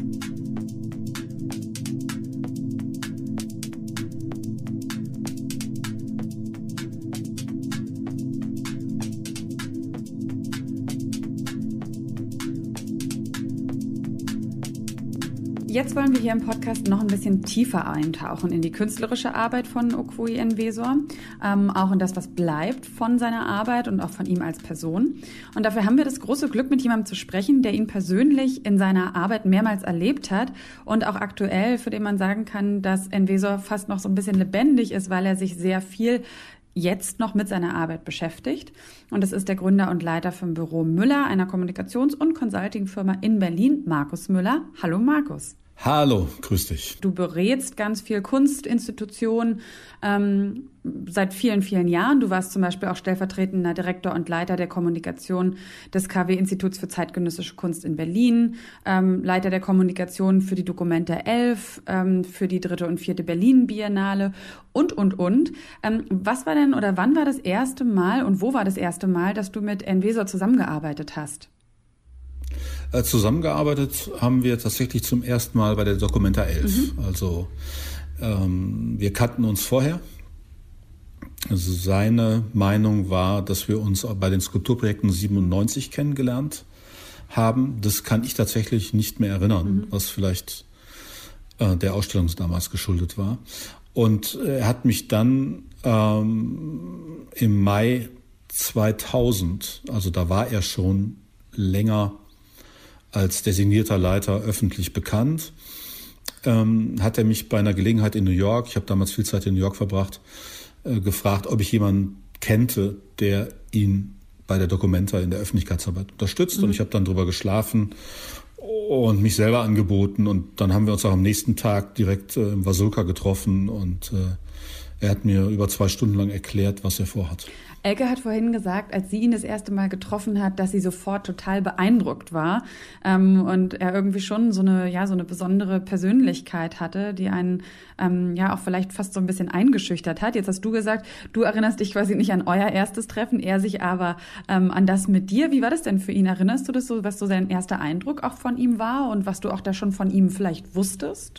Jetzt wollen wir hier im Podcast noch ein bisschen tiefer eintauchen in die künstlerische Arbeit von Okoye Enwezor, ähm, auch in das, was bleibt von seiner Arbeit und auch von ihm als Person. Und dafür haben wir das große Glück, mit jemandem zu sprechen, der ihn persönlich in seiner Arbeit mehrmals erlebt hat und auch aktuell, für den man sagen kann, dass Enwezor fast noch so ein bisschen lebendig ist, weil er sich sehr viel jetzt noch mit seiner Arbeit beschäftigt. Und das ist der Gründer und Leiter vom Büro Müller, einer Kommunikations- und Consulting-Firma in Berlin, Markus Müller. Hallo Markus. Hallo, grüß dich. Du berätst ganz viel Kunstinstitutionen ähm, seit vielen, vielen Jahren. Du warst zum Beispiel auch stellvertretender Direktor und Leiter der Kommunikation des K W-Instituts für zeitgenössische Kunst in Berlin, ähm, Leiter der Kommunikation für die Documenta elf, ähm, für die dritte und vierte Berlin-Biennale und, und, und. Ähm, was war denn oder wann war das erste Mal und wo war das erste Mal, dass du mit Enwezor zusammengearbeitet hast? Äh, zusammengearbeitet haben wir tatsächlich zum ersten Mal bei der Documenta elf. Mhm. Also ähm, wir kannten uns vorher. Also seine Meinung war, dass wir uns bei den Skulpturprojekten siebenundneunzig kennengelernt haben. Das kann ich tatsächlich nicht mehr erinnern, mhm. was vielleicht äh, der Ausstellung damals geschuldet war. Und er hat mich dann ähm, im Mai zweitausend, also da war er schon länger als designierter Leiter öffentlich bekannt, ähm, hat er mich bei einer Gelegenheit in New York, ich habe damals viel Zeit in New York verbracht, äh, gefragt, ob ich jemanden kannte, der ihn bei der Documenta in der Öffentlichkeitsarbeit unterstützt. Mhm. Und ich habe dann drüber geschlafen und mich selber angeboten. Und dann haben wir uns auch am nächsten Tag direkt äh, im Vasulka getroffen und äh, er hat mir über zwei Stunden lang erklärt, was er vorhat. Elke hat vorhin gesagt, als sie ihn das erste Mal getroffen hat, dass sie sofort total beeindruckt war ähm, und er irgendwie schon so eine, ja, so eine besondere Persönlichkeit hatte, die einen ähm, ja auch vielleicht fast so ein bisschen eingeschüchtert hat. Jetzt hast du gesagt, du erinnerst dich quasi nicht an euer erstes Treffen, er sich aber ähm, an das mit dir. Wie war das denn für ihn? Erinnerst du das so, was so sein erster Eindruck auch von ihm war und was du auch da schon von ihm vielleicht wusstest?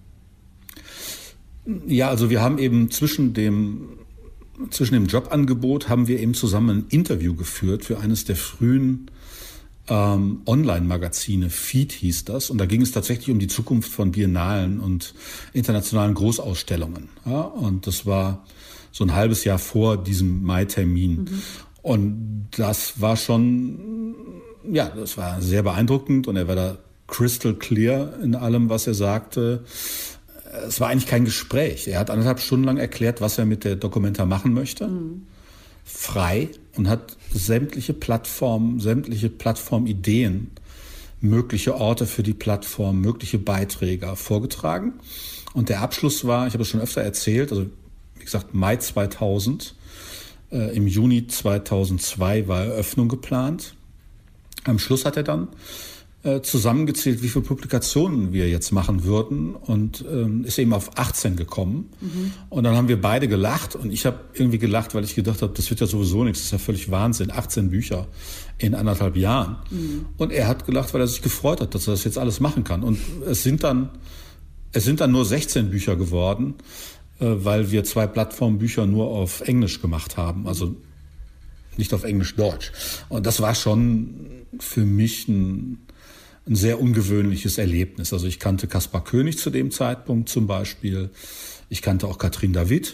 Ja, also wir haben eben zwischen dem Zwischen dem Jobangebot haben wir eben zusammen ein Interview geführt für eines der frühen ähm, Online-Magazine. Feed hieß das. Und da ging es tatsächlich um die Zukunft von Biennalen und internationalen Großausstellungen. Ja, und das war so ein halbes Jahr vor diesem Mai-Termin. Mhm. Und das war schon, ja, das war sehr beeindruckend. Und er war da crystal clear in allem, was er sagte. Es war eigentlich kein Gespräch. Er hat anderthalb Stunden lang erklärt, was er mit der Documenta machen möchte. Mhm. Frei, und hat sämtliche Plattformen, sämtliche Plattformideen, mögliche Orte für die Plattform, mögliche Beiträge vorgetragen. Und der Abschluss war, ich habe es schon öfter erzählt, also wie gesagt Mai zweitausend, äh, im Juni zweitausendzwei war Eröffnung geplant. Am Schluss hat er dann äh, zusammengezählt, wie viele Publikationen wir jetzt machen würden, und ähm, ist eben auf achtzehn gekommen. Mhm. Und dann haben wir beide gelacht, und ich habe irgendwie gelacht, weil ich gedacht habe, das wird ja sowieso nichts, das ist ja völlig Wahnsinn, achtzehn Bücher in anderthalb Jahren. Mhm. Und er hat gelacht, weil er sich gefreut hat, dass er das jetzt alles machen kann. Und es sind dann, es sind dann nur sechzehn Bücher geworden, äh, weil wir zwei Plattformbücher nur auf Englisch gemacht haben, also nicht auf Englisch-Deutsch. Und das war schon für mich ein ein sehr ungewöhnliches Erlebnis. Also ich kannte Kaspar König zu dem Zeitpunkt zum Beispiel. Ich kannte auch Katrin David.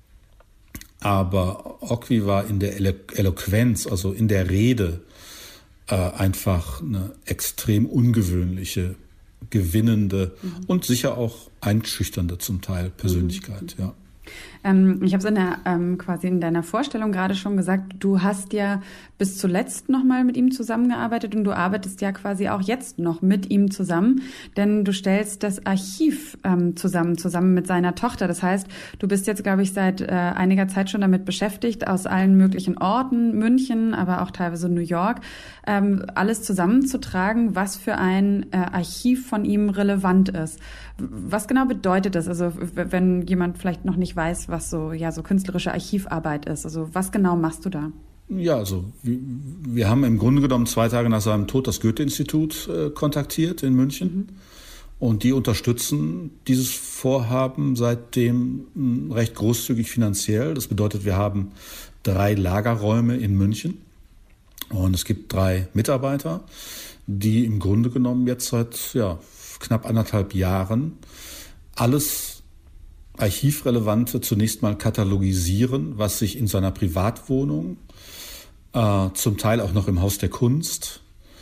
Aber Ogwi war in der Elo- Eloquenz, also in der Rede, äh, einfach eine extrem ungewöhnliche, gewinnende mhm. und sicher auch einschüchternde zum Teil Persönlichkeit, mhm. ja. Ähm, ich habe es in der, ähm, quasi in deiner Vorstellung gerade schon gesagt, du hast ja bis zuletzt nochmal mit ihm zusammengearbeitet, und du arbeitest ja quasi auch jetzt noch mit ihm zusammen, denn du stellst das Archiv ähm, zusammen, zusammen mit seiner Tochter. Das heißt, du bist jetzt, glaube ich, seit äh, einiger Zeit schon damit beschäftigt, aus allen möglichen Orten, München, aber auch teilweise New York, ähm, alles zusammenzutragen, was für ein äh, Archiv von ihm relevant ist. Was genau bedeutet das? Also wenn jemand vielleicht noch nicht weiß, was so ja so künstlerische Archivarbeit ist. Also was genau machst du da? Ja, also wir, wir haben im Grunde genommen zwei Tage nach seinem Tod das Goethe-Institut äh, kontaktiert in München. Mhm. Und die unterstützen dieses Vorhaben seitdem mh, recht großzügig finanziell. Das bedeutet, wir haben drei Lagerräume in München. Und es gibt drei Mitarbeiter, die im Grunde genommen jetzt seit ja, knapp anderthalb Jahren alles Archivrelevante zunächst mal katalogisieren, was sich in seiner Privatwohnung, äh, zum Teil auch noch im Haus der Kunst,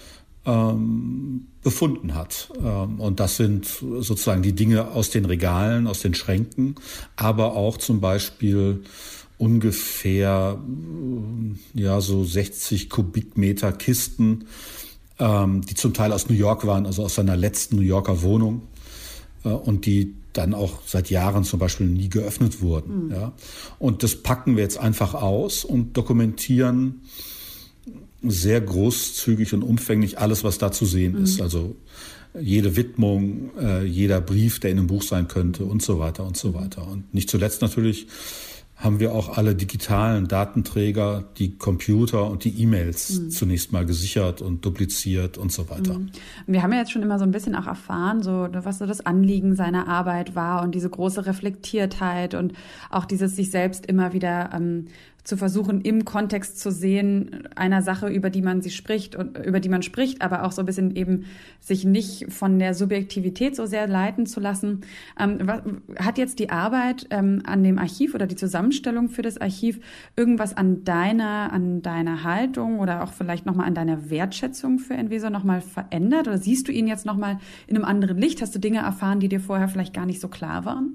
ähm, befunden hat. Ähm, und das sind sozusagen die Dinge aus den Regalen, aus den Schränken, aber auch zum Beispiel ungefähr ja so sechzig Kubikmeter Kisten, ähm, die zum Teil aus New York waren, also aus seiner letzten New Yorker Wohnung, äh, und die dann auch seit Jahren zum Beispiel nie geöffnet wurden. Mhm. Ja. Und das packen wir jetzt einfach aus und dokumentieren sehr großzügig und umfänglich alles, was da zu sehen mhm. ist. Also jede Widmung, äh, jeder Brief, der in einem Buch sein könnte und so weiter und so weiter. Und nicht zuletzt natürlich haben wir auch alle digitalen Datenträger, die Computer und die E-Mails mhm. zunächst mal gesichert und dupliziert und so weiter. Mhm. Wir haben ja jetzt schon immer so ein bisschen auch erfahren, so was so das Anliegen seiner Arbeit war und diese große Reflektiertheit und auch dieses sich selbst immer wieder ähm, zu versuchen, im Kontext zu sehen einer Sache, über die man sie spricht und über die man spricht, aber auch so ein bisschen eben sich nicht von der Subjektivität so sehr leiten zu lassen. Ähm, was, hat jetzt die Arbeit ähm, an dem Archiv oder die Zusammenstellung für das Archiv irgendwas an deiner, an deiner Haltung oder auch vielleicht nochmal an deiner Wertschätzung für Enveso nochmal verändert? Oder siehst du ihn jetzt nochmal in einem anderen Licht? Hast du Dinge erfahren, die dir vorher vielleicht gar nicht so klar waren?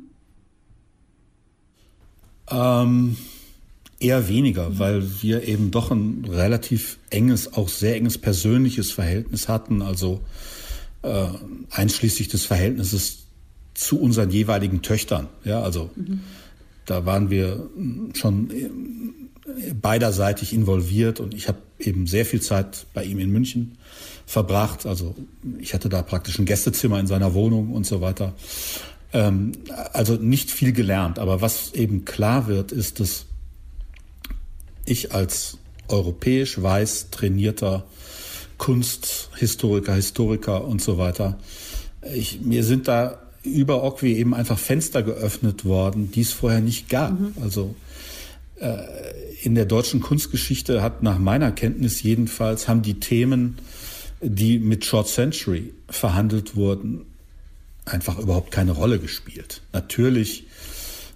Ähm... Eher weniger, weil wir eben doch ein relativ enges, auch sehr enges persönliches Verhältnis hatten, also äh, einschließlich des Verhältnisses zu unseren jeweiligen Töchtern. Ja, also mhm. da waren wir schon beiderseitig involviert und ich habe eben sehr viel Zeit bei ihm in München verbracht. Also ich hatte da praktisch ein Gästezimmer in seiner Wohnung und so weiter. Ähm, also nicht viel gelernt, aber was eben klar wird, ist, dass ich als europäisch weiß trainierter Kunsthistoriker, Historiker und so weiter, ich, mir sind da über Ogwi eben einfach Fenster geöffnet worden, die es vorher nicht gab. Mhm. Also äh, in der deutschen Kunstgeschichte hat nach meiner Kenntnis jedenfalls, haben die Themen, die mit Short Century verhandelt wurden, einfach überhaupt keine Rolle gespielt. Natürlich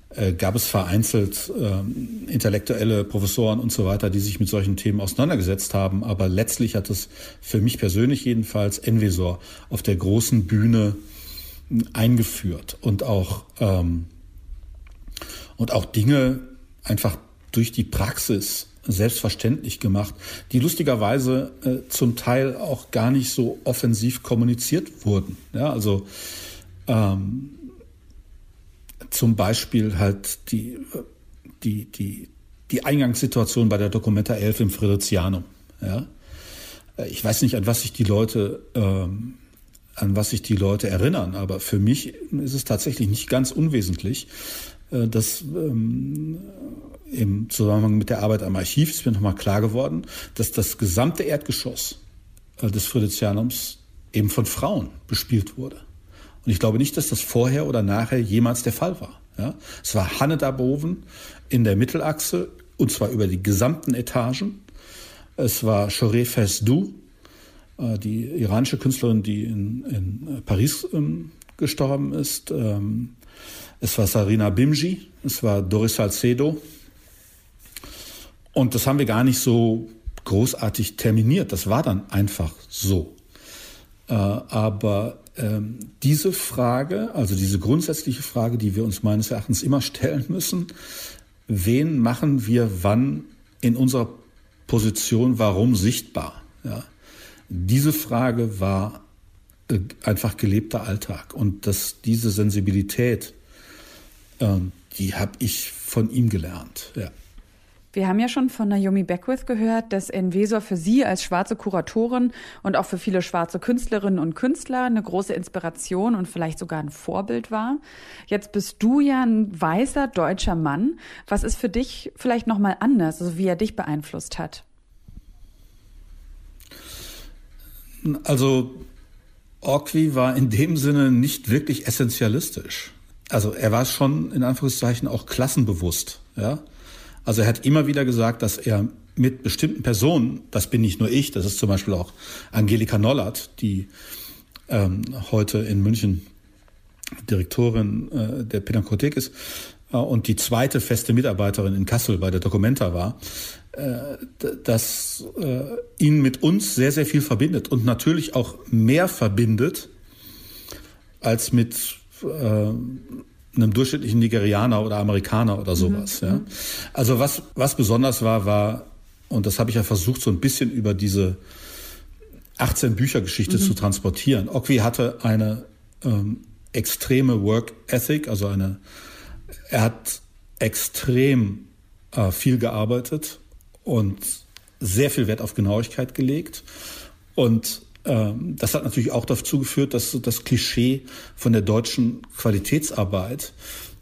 äh, gab es vereinzelt äh, intellektuelle Professoren und so weiter, die sich mit solchen Themen auseinandergesetzt haben. Aber letztlich hat es für mich persönlich jedenfalls Envisor auf der großen Bühne eingeführt und auch, ähm, und auch Dinge einfach durch die Praxis selbstverständlich gemacht, die lustigerweise äh, zum Teil auch gar nicht so offensiv kommuniziert wurden. Ja, also ähm, zum Beispiel halt die, die, die, die Eingangssituation bei der Documenta elf im Fridericianum. Ja? Ich weiß nicht, an was sich die Leute, ähm, an was sich die Leute erinnern, aber für mich ist es tatsächlich nicht ganz unwesentlich, äh, dass ähm, im Zusammenhang mit der Arbeit am Archiv ist mir nochmal klar geworden, dass das gesamte Erdgeschoss äh, des Fridericianums eben von Frauen bespielt wurde. Und ich glaube nicht, dass das vorher oder nachher jemals der Fall war. Ja? Es war Hanne Darboven in der Mittelachse, und zwar über die gesamten Etagen. Es war Choré Fesdou, äh, die iranische Künstlerin, die in, in Paris ähm, gestorben ist. Ähm, es war Sarina Bimji, es war Doris Salcedo. Und das haben wir gar nicht so großartig terminiert. Das war dann einfach so. Äh, aber ähm, diese Frage, also diese grundsätzliche Frage, die wir uns meines Erachtens immer stellen müssen, wen machen wir wann in unserer Position, warum sichtbar? Ja? Diese Frage war äh, einfach gelebter Alltag. Und dass diese Sensibilität, äh, die habe ich von ihm gelernt, ja. Wir haben ja schon von Naomi Beckwith gehört, dass Envisor für Sie als schwarze Kuratorin und auch für viele schwarze Künstlerinnen und Künstler eine große Inspiration und vielleicht sogar ein Vorbild war. Jetzt bist du ja ein weißer deutscher Mann. Was ist für dich vielleicht nochmal anders, also wie er dich beeinflusst hat? Also Orgwie war in dem Sinne nicht wirklich essentialistisch. Also er war schon in Anführungszeichen auch klassenbewusst, ja. Also er hat immer wieder gesagt, dass er mit bestimmten Personen, das bin nicht nur ich, das ist zum Beispiel auch Angelika Nollert, die ähm, heute in München Direktorin äh, der Pinakothek ist äh, und die zweite feste Mitarbeiterin in Kassel bei der Documenta war, äh, dass äh, ihn mit uns sehr, sehr viel verbindet und natürlich auch mehr verbindet als mit äh, einem durchschnittlichen Nigerianer oder Amerikaner oder sowas. Mhm. Ja. Also was, was besonders war, war, und das habe ich ja versucht, so ein bisschen über diese achtzehn Bücher-Geschichte mhm. zu transportieren. Orgwie hatte eine ähm, extreme Work Ethic, also eine, er hat extrem äh, viel gearbeitet und sehr viel Wert auf Genauigkeit gelegt. Und das hat natürlich auch dazu geführt, dass das Klischee von der deutschen Qualitätsarbeit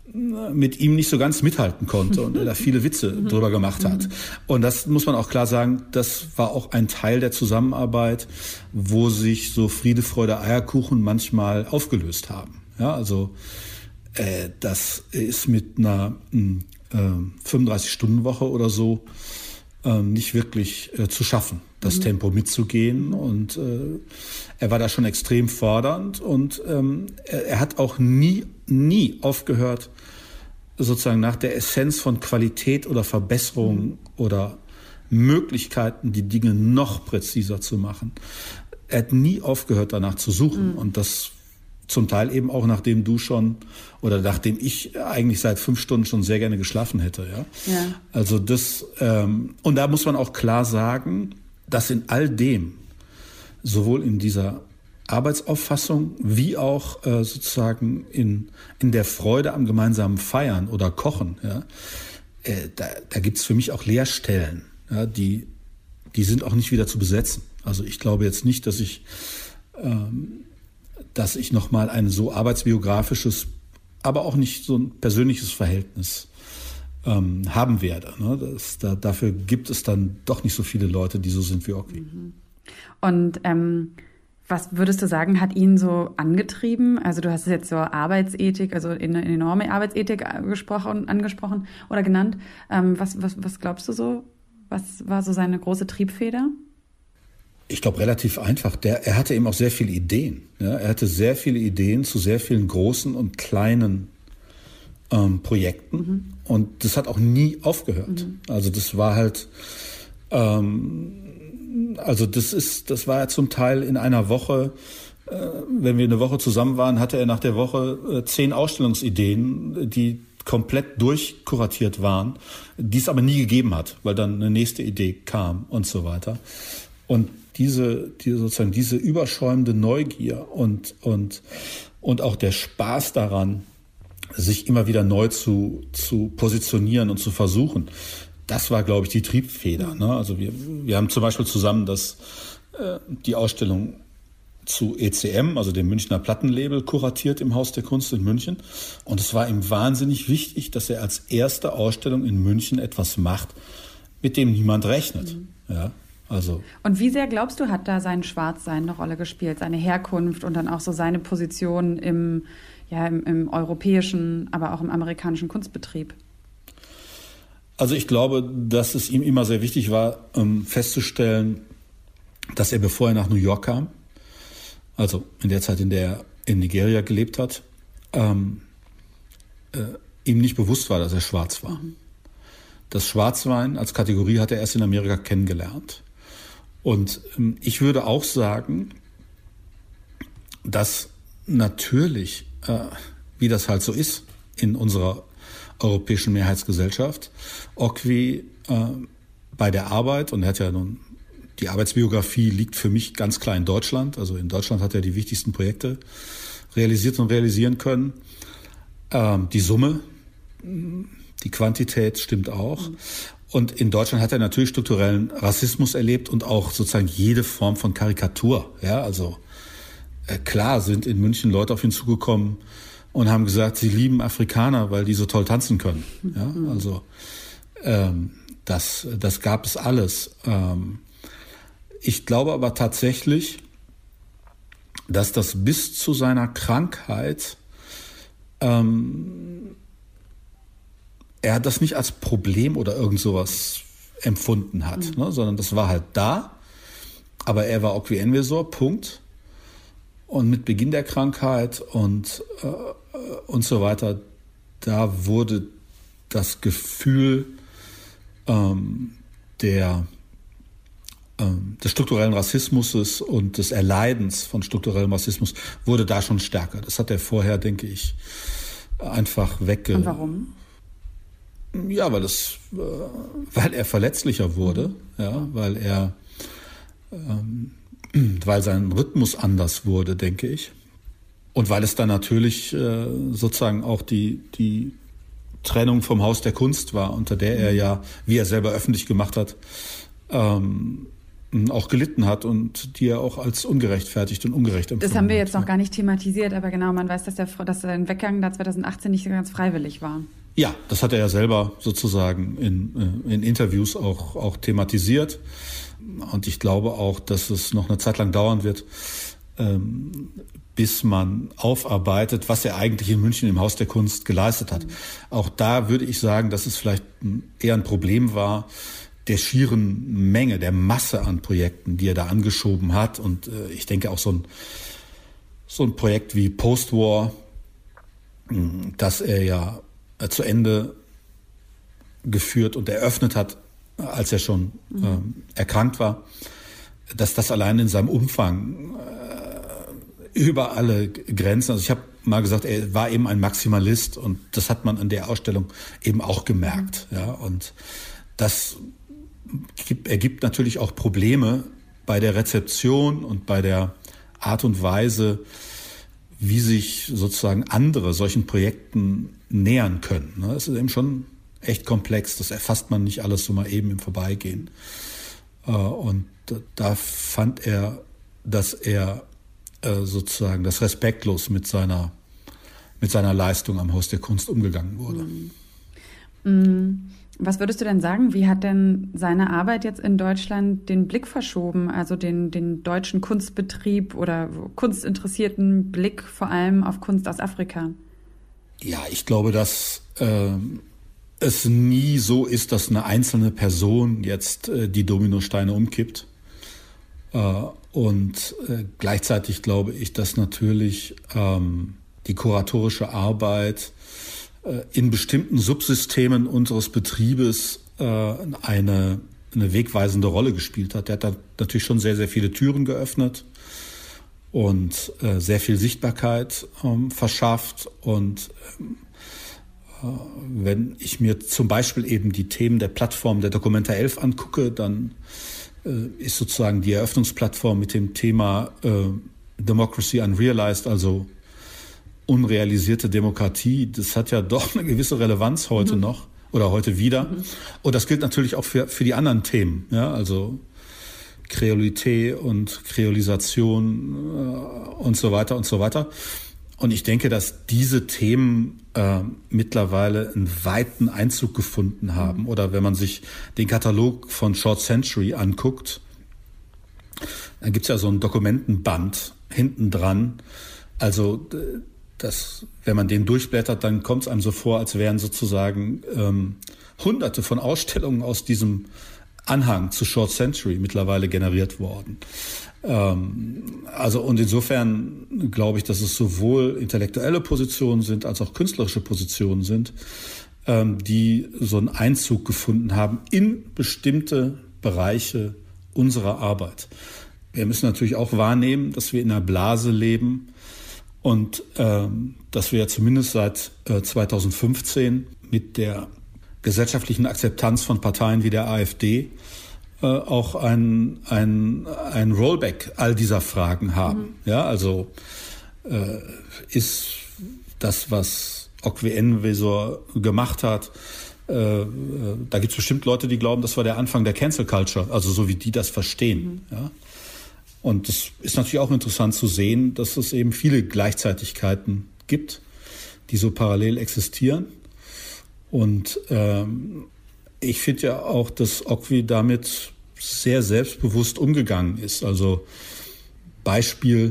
mit ihm nicht so ganz mithalten konnte und er da viele Witze drüber gemacht hat. Und das muss man auch klar sagen, das war auch ein Teil der Zusammenarbeit, wo sich so Friede, Freude, Eierkuchen manchmal aufgelöst haben. Ja, also äh, das ist mit einer äh, fünfunddreißig-Stunden-Woche oder so äh, nicht wirklich äh, zu schaffen, das mhm. Tempo mitzugehen. Und äh, er war da schon extrem fordernd und ähm, er, er hat auch nie, nie aufgehört, sozusagen nach der Essenz von Qualität oder Verbesserung mhm. oder Möglichkeiten, die Dinge noch präziser zu machen. Er hat nie aufgehört, danach zu suchen. Mhm. Und das zum Teil eben auch, nachdem du schon oder nachdem ich eigentlich seit fünf Stunden schon sehr gerne geschlafen hätte. Ja, ja. Also das, ähm, und da muss man auch klar sagen, dass in all dem, sowohl in dieser Arbeitsauffassung wie auch äh, sozusagen in, in der Freude am gemeinsamen Feiern oder Kochen, ja, äh, da, da gibt's für mich auch Leerstellen, ja, die, die sind auch nicht wieder zu besetzen. Also ich glaube jetzt nicht, dass ich ähm, dass ich nochmal ein so arbeitsbiografisches, aber auch nicht so ein persönliches Verhältnis ähm, haben werde. Ne? Das, da, dafür gibt es dann doch nicht so viele Leute, die so sind wie Orgwie. Und ähm, was würdest du sagen, hat ihn so angetrieben? Also du hast jetzt so Arbeitsethik, also eine enorme Arbeitsethik gesprochen, angesprochen oder genannt. Ähm, was, was, was glaubst du so? Was war so seine große Triebfeder? Ich glaube, relativ einfach. Der, er hatte eben auch sehr viele Ideen. Ja? Er hatte sehr viele Ideen zu sehr vielen großen und kleinen ähm, Projekten mhm. und das hat auch nie aufgehört. Mhm. Also das war halt, ähm, also das ist, das war ja zum Teil in einer Woche, äh, wenn wir eine Woche zusammen waren, hatte er nach der Woche äh, zehn Ausstellungsideen, die komplett durchkuratiert waren, die es aber nie gegeben hat, weil dann eine nächste Idee kam und so weiter. Und diese, diese sozusagen diese überschäumende Neugier und und und auch der Spaß daran, sich immer wieder neu zu zu positionieren und zu versuchen, das war, glaube ich, die Triebfeder. Ne? Also wir wir haben zum Beispiel zusammen das äh, die Ausstellung zu E C M, also dem Münchner Plattenlabel, kuratiert im Haus der Kunst in München. Und es war ihm wahnsinnig wichtig, dass er als erste Ausstellung in München etwas macht, mit dem niemand rechnet. Mhm. Ja. Also. Und wie sehr, glaubst du, hat da sein Schwarzsein eine Rolle gespielt, seine Herkunft und dann auch so seine Position im, ja, im, im europäischen, aber auch im amerikanischen Kunstbetrieb? Also ich glaube, dass es ihm immer sehr wichtig war, ähm, festzustellen, dass er, bevor er nach New York kam, also in der Zeit, in der er in Nigeria gelebt hat, ähm, äh, ihm nicht bewusst war, dass er schwarz war. Mhm. Das Schwarzwein als Kategorie hat er erst in Amerika kennengelernt. Und ähm, ich würde auch sagen, dass natürlich, äh, wie das halt so ist in unserer europäischen Mehrheitsgesellschaft, Ockwee äh, bei der Arbeit, und er hat ja nun, die Arbeitsbiografie liegt für mich ganz klar in Deutschland, also in Deutschland hat er die wichtigsten Projekte realisiert und realisieren können. Ähm, die Summe, die Quantität stimmt auch. Mhm. Und in Deutschland hat er natürlich strukturellen Rassismus erlebt und auch sozusagen jede Form von Karikatur. Ja, also äh, klar sind in München Leute auf ihn zugekommen und haben gesagt, sie lieben Afrikaner, weil die so toll tanzen können. Ja, mhm. also ähm, das, das gab es alles. Ähm, ich glaube aber tatsächlich, dass das bis zu seiner Krankheit ähm, er hat das nicht als Problem oder irgend sowas empfunden hat, mhm. ne, sondern das war halt da, aber er war Ockwee Enwezor, Punkt. Und mit Beginn der Krankheit und, äh, und so weiter, da wurde das Gefühl ähm, der, ähm, des strukturellen Rassismus und des Erleidens von strukturellem Rassismus wurde da schon stärker. Das hat er vorher, denke ich, einfach wegge... Und warum? Ja, weil das, äh, weil er verletzlicher wurde, ja, weil er, ähm, weil sein Rhythmus anders wurde, denke ich, und weil es dann natürlich äh, sozusagen auch die die Trennung vom Haus der Kunst war, unter der er ja, wie er selber öffentlich gemacht hat, ähm, auch gelitten hat und die er auch als ungerechtfertigt und ungerecht empfunden hat. Das haben wir jetzt noch gar nicht thematisiert, aber genau, man weiß, dass der, dass sein Weggang da zwanzig achtzehn nicht ganz freiwillig war. Ja, das hat er ja selber sozusagen in, in Interviews auch, auch thematisiert. Und ich glaube auch, dass es noch eine Zeit lang dauern wird, ähm, bis man aufarbeitet, was er eigentlich in München im Haus der Kunst geleistet hat. Mhm. Auch da würde ich sagen, dass es vielleicht eher ein Problem war, der schieren Menge, der Masse an Projekten, die er da angeschoben hat. Und äh, ich denke auch so ein, so ein Projekt wie Postwar, das er ja zu Ende geführt und eröffnet hat, als er schon mhm. ähm, erkrankt war, dass das allein in seinem Umfang äh, über alle Grenzen, also ich habe mal gesagt, er war eben ein Maximalist und das hat man an der Ausstellung eben auch gemerkt. Mhm. Ja, und das gibt, ergibt natürlich auch Probleme bei der Rezeption und bei der Art und Weise, wie sich sozusagen andere solchen Projekten nähern können. Das ist eben schon echt komplex. Das erfasst man nicht alles so mal eben im Vorbeigehen. Und da fand er, dass er sozusagen das respektlos mit seiner, mit seiner Leistung am Haus der Kunst umgegangen wurde. Was würdest du denn sagen, wie hat denn seine Arbeit jetzt in Deutschland den Blick verschoben, also den, den deutschen Kunstbetrieb oder kunstinteressierten Blick vor allem auf Kunst aus Afrika? Ja, ich glaube, dass äh, es nie so ist, dass eine einzelne Person jetzt äh, die Dominosteine umkippt. Äh, und äh, gleichzeitig glaube ich, dass natürlich ähm, die kuratorische Arbeit äh, in bestimmten Subsystemen unseres Betriebes äh, eine, eine wegweisende Rolle gespielt hat. Der hat da natürlich schon sehr, sehr viele Türen geöffnet und äh, sehr viel Sichtbarkeit ähm, verschafft. Und ähm, äh, wenn ich mir zum Beispiel eben die Themen der Plattform der Documenta elf angucke, dann äh, ist sozusagen die Eröffnungsplattform mit dem Thema äh, Democracy Unrealized, also unrealisierte Demokratie, das hat ja doch eine gewisse Relevanz heute mhm. noch oder heute wieder. Mhm. Und das gilt natürlich auch für, für die anderen Themen, ja, also Kreolität und Kreolisation äh, und so weiter und so weiter. Und ich denke, dass diese Themen äh, mittlerweile einen weiten Einzug gefunden haben. Mhm. Oder wenn man sich den Katalog von Short Century anguckt, dann gibt's ja so ein Dokumentenband hinten dran. Also das, wenn man den durchblättert, dann kommt es einem so vor, als wären sozusagen ähm, Hunderte von Ausstellungen aus diesem Anhang zu Short Century mittlerweile generiert worden. Ähm, also und insofern glaube ich, dass es sowohl intellektuelle Positionen sind als auch künstlerische Positionen sind, ähm, die so einen Einzug gefunden haben in bestimmte Bereiche unserer Arbeit. Wir müssen natürlich auch wahrnehmen, dass wir in einer Blase leben und ähm, dass wir ja zumindest seit äh, zweitausendfünfzehn mit der gesellschaftlichen Akzeptanz von Parteien wie der AfD äh, auch ein, ein, ein Rollback all dieser Fragen haben. Mhm. Ja, also äh, ist das, was Okwy Enwezor gemacht hat, äh, da gibt es bestimmt Leute, die glauben, das war der Anfang der Cancel Culture, also so wie die das verstehen. Mhm. Ja. Und es ist natürlich auch interessant zu sehen, dass es eben viele Gleichzeitigkeiten gibt, die so parallel existieren. Und ähm, ich finde ja auch, dass Okwy damit sehr selbstbewusst umgegangen ist. Also Beispiel,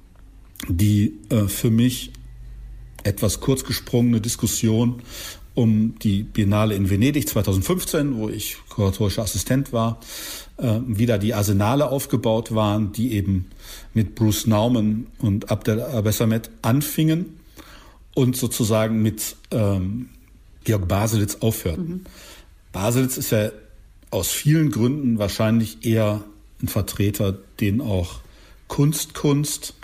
die äh, für mich etwas kurzgesprungene Diskussion um die Biennale in Venedig zweitausendfünfzehn, wo ich kuratorischer Assistent war, äh, wieder die Arsenale aufgebaut waren, die eben mit Bruce Nauman und Abdel Abessamet anfingen und sozusagen mit ähm, Georg Baselitz aufhörten. Mhm. Baselitz ist ja aus vielen Gründen wahrscheinlich eher ein Vertreter, den auch Kunst, Kunst,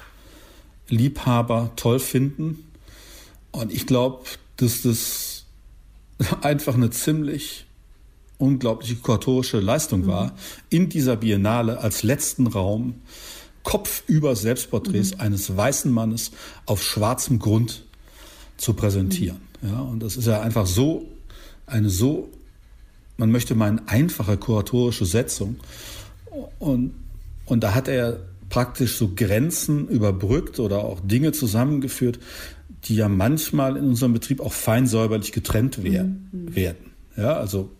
Liebhaber toll finden. Und ich glaube, dass das einfach eine ziemlich unglaubliche kuratorische Leistung war, mhm. in dieser Biennale als letzten Raum kopfüber Selbstporträts mhm. eines weißen Mannes auf schwarzem Grund zu präsentieren. Mhm. Ja, und das ist ja einfach so eine so, man möchte meinen, einfache kuratorische Setzung. Und, und da hat er praktisch so Grenzen überbrückt oder auch Dinge zusammengeführt, die ja manchmal in unserem Betrieb auch fein säuberlich getrennt werden. Mhm. werden. Ja, also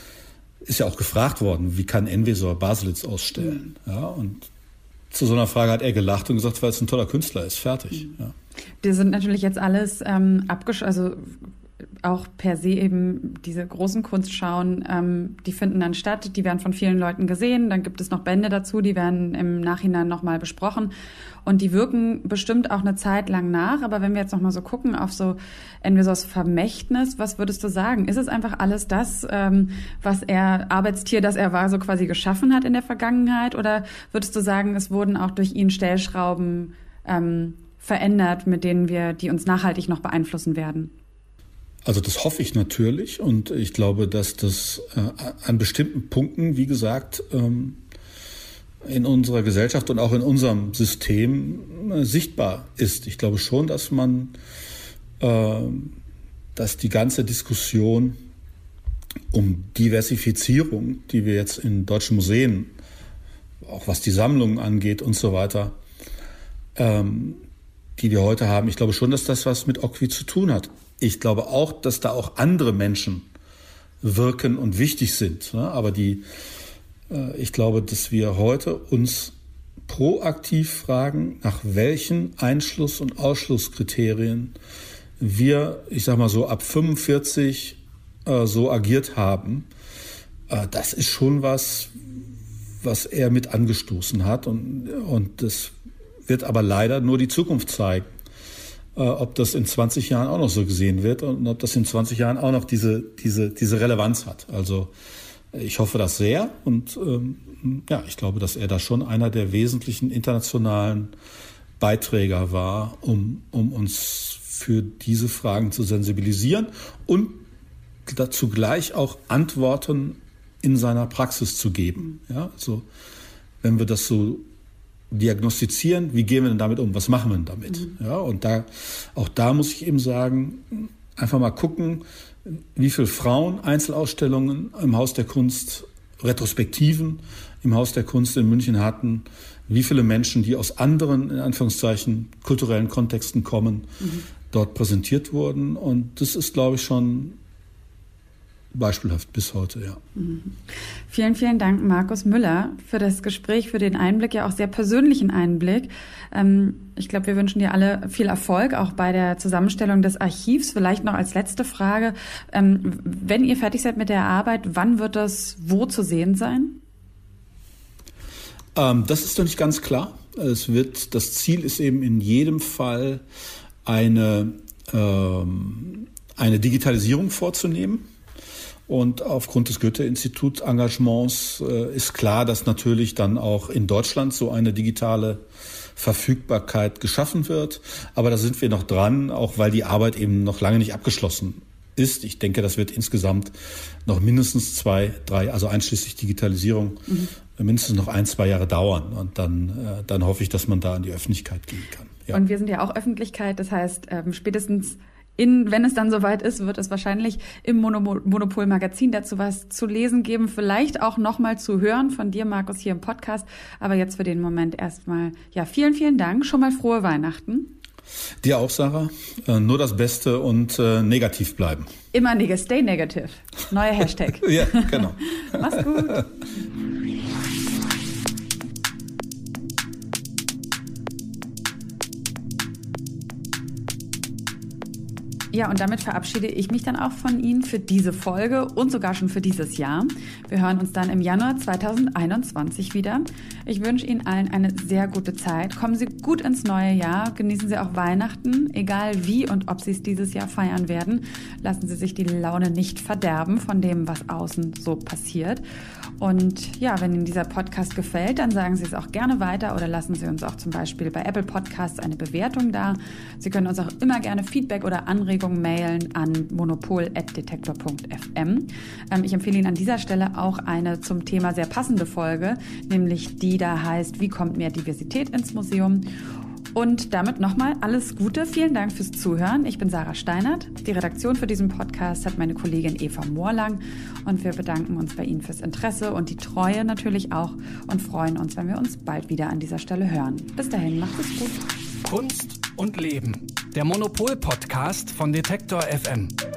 ist ja auch gefragt worden, wie kann Enwezor Baselitz ausstellen? Mhm. Ja, und zu so einer Frage hat er gelacht und gesagt, weil es ein toller Künstler ist, fertig. Mhm. Ja. Die sind natürlich jetzt alles ähm, abgesch... also auch per se eben diese großen Kunstschauen, ähm, die finden dann statt, die werden von vielen Leuten gesehen, dann gibt es noch Bände dazu, die werden im Nachhinein nochmal besprochen und die wirken bestimmt auch eine Zeit lang nach, aber wenn wir jetzt nochmal so gucken auf so Enwezors Vermächtnis, was würdest du sagen? Ist es einfach alles das, ähm, was er, Arbeitstier, das er war, so quasi geschaffen hat in der Vergangenheit, oder würdest du sagen, es wurden auch durch ihn Stellschrauben ähm, verändert, mit denen wir, die uns nachhaltig noch beeinflussen werden? Also das hoffe ich natürlich und ich glaube, dass das äh, an bestimmten Punkten, wie gesagt, ähm, in unserer Gesellschaft und auch in unserem System äh, sichtbar ist. Ich glaube schon, dass man, äh, dass die ganze Diskussion um Diversifizierung, die wir jetzt in deutschen Museen, auch was die Sammlungen angeht und so weiter, ähm, die wir heute haben, ich glaube schon, dass das was mit Okwy zu tun hat. Ich glaube auch, dass da auch andere Menschen wirken und wichtig sind. Aber die, ich glaube, dass wir heute uns proaktiv fragen, nach welchen Einschluss- und Ausschlusskriterien wir, ich sag mal so, ab fünfundvierzig so agiert haben. Das ist schon was, was er mit angestoßen hat. Und, und das wird aber leider nur die Zukunft zeigen, äh, ob das in zwanzig Jahren auch noch so gesehen wird und ob das in zwanzig Jahren auch noch diese, diese, diese Relevanz hat. Also ich hoffe das sehr und ähm, ja, ich glaube, dass er da schon einer der wesentlichen internationalen Beiträger war, um, um uns für diese Fragen zu sensibilisieren und dazu gleich auch Antworten in seiner Praxis zu geben. Ja, also wenn wir das so diagnostizieren, wie gehen wir denn damit um? Was machen wir denn damit? Mhm. Ja, und da, auch da muss ich eben sagen, einfach mal gucken, wie viele Frauen Einzelausstellungen im Haus der Kunst, Retrospektiven im Haus der Kunst in München hatten, wie viele Menschen, die aus anderen, in Anführungszeichen, kulturellen Kontexten kommen, mhm. dort präsentiert wurden. Und das ist, glaube ich, schon beispielhaft bis heute, ja. Mhm. Vielen, vielen Dank, Markus Müller, für das Gespräch, für den Einblick, ja auch sehr persönlichen Einblick. Ähm, ich glaube, wir wünschen dir alle viel Erfolg, auch bei der Zusammenstellung des Archivs. Vielleicht noch als letzte Frage, ähm, wenn ihr fertig seid mit der Arbeit, wann wird das wo zu sehen sein? Ähm, das ist doch nicht ganz klar. Es wird, das Ziel ist eben in jedem Fall eine, ähm, eine Digitalisierung vorzunehmen. Und aufgrund des Goethe-Institut-Engagements äh, ist klar, dass natürlich dann auch in Deutschland so eine digitale Verfügbarkeit geschaffen wird. Aber da sind wir noch dran, auch weil die Arbeit eben noch lange nicht abgeschlossen ist. Ich denke, das wird insgesamt noch mindestens zwei, drei, also einschließlich Digitalisierung, mhm. mindestens noch ein, zwei Jahre dauern. Und dann, äh, dann hoffe ich, dass man da an die Öffentlichkeit gehen kann. Ja. Und wir sind ja auch Öffentlichkeit, das heißt ähm, spätestens In, wenn es dann soweit ist, wird es wahrscheinlich im Monopol-Magazin dazu was zu lesen geben, vielleicht auch nochmal zu hören von dir, Markus, hier im Podcast. Aber jetzt für den Moment erstmal, ja, vielen, vielen Dank. Schon mal frohe Weihnachten. Dir auch, Sarah. Äh, nur das Beste und äh, negativ bleiben. Immer negativ, stay negative. Neuer Hashtag. Ja, genau. Mach's gut. Ja, und damit verabschiede ich mich dann auch von Ihnen für diese Folge und sogar schon für dieses Jahr. Wir hören uns dann im Januar zweitausendeinundzwanzig wieder. Ich wünsche Ihnen allen eine sehr gute Zeit. Kommen Sie gut ins neue Jahr. Genießen Sie auch Weihnachten, egal wie und ob Sie es dieses Jahr feiern werden. Lassen Sie sich die Laune nicht verderben von dem, was außen so passiert. Und ja, wenn Ihnen dieser Podcast gefällt, dann sagen Sie es auch gerne weiter oder lassen Sie uns auch zum Beispiel bei Apple Podcasts eine Bewertung da. Sie können uns auch immer gerne Feedback oder Anregungen mailen an monopol at detektor punkt f m. Ähm, ich empfehle Ihnen an dieser Stelle auch eine zum Thema sehr passende Folge, nämlich die da heißt, wie kommt mehr Diversität ins Museum? Und damit nochmal alles Gute. Vielen Dank fürs Zuhören. Ich bin Sarah Steinert. Die Redaktion für diesen Podcast hat meine Kollegin Eva Moorlang. Und wir bedanken uns bei Ihnen fürs Interesse und die Treue natürlich auch und freuen uns, wenn wir uns bald wieder an dieser Stelle hören. Bis dahin, macht es gut. Kunst und Leben. Der Monopol-Podcast von Detektor F M.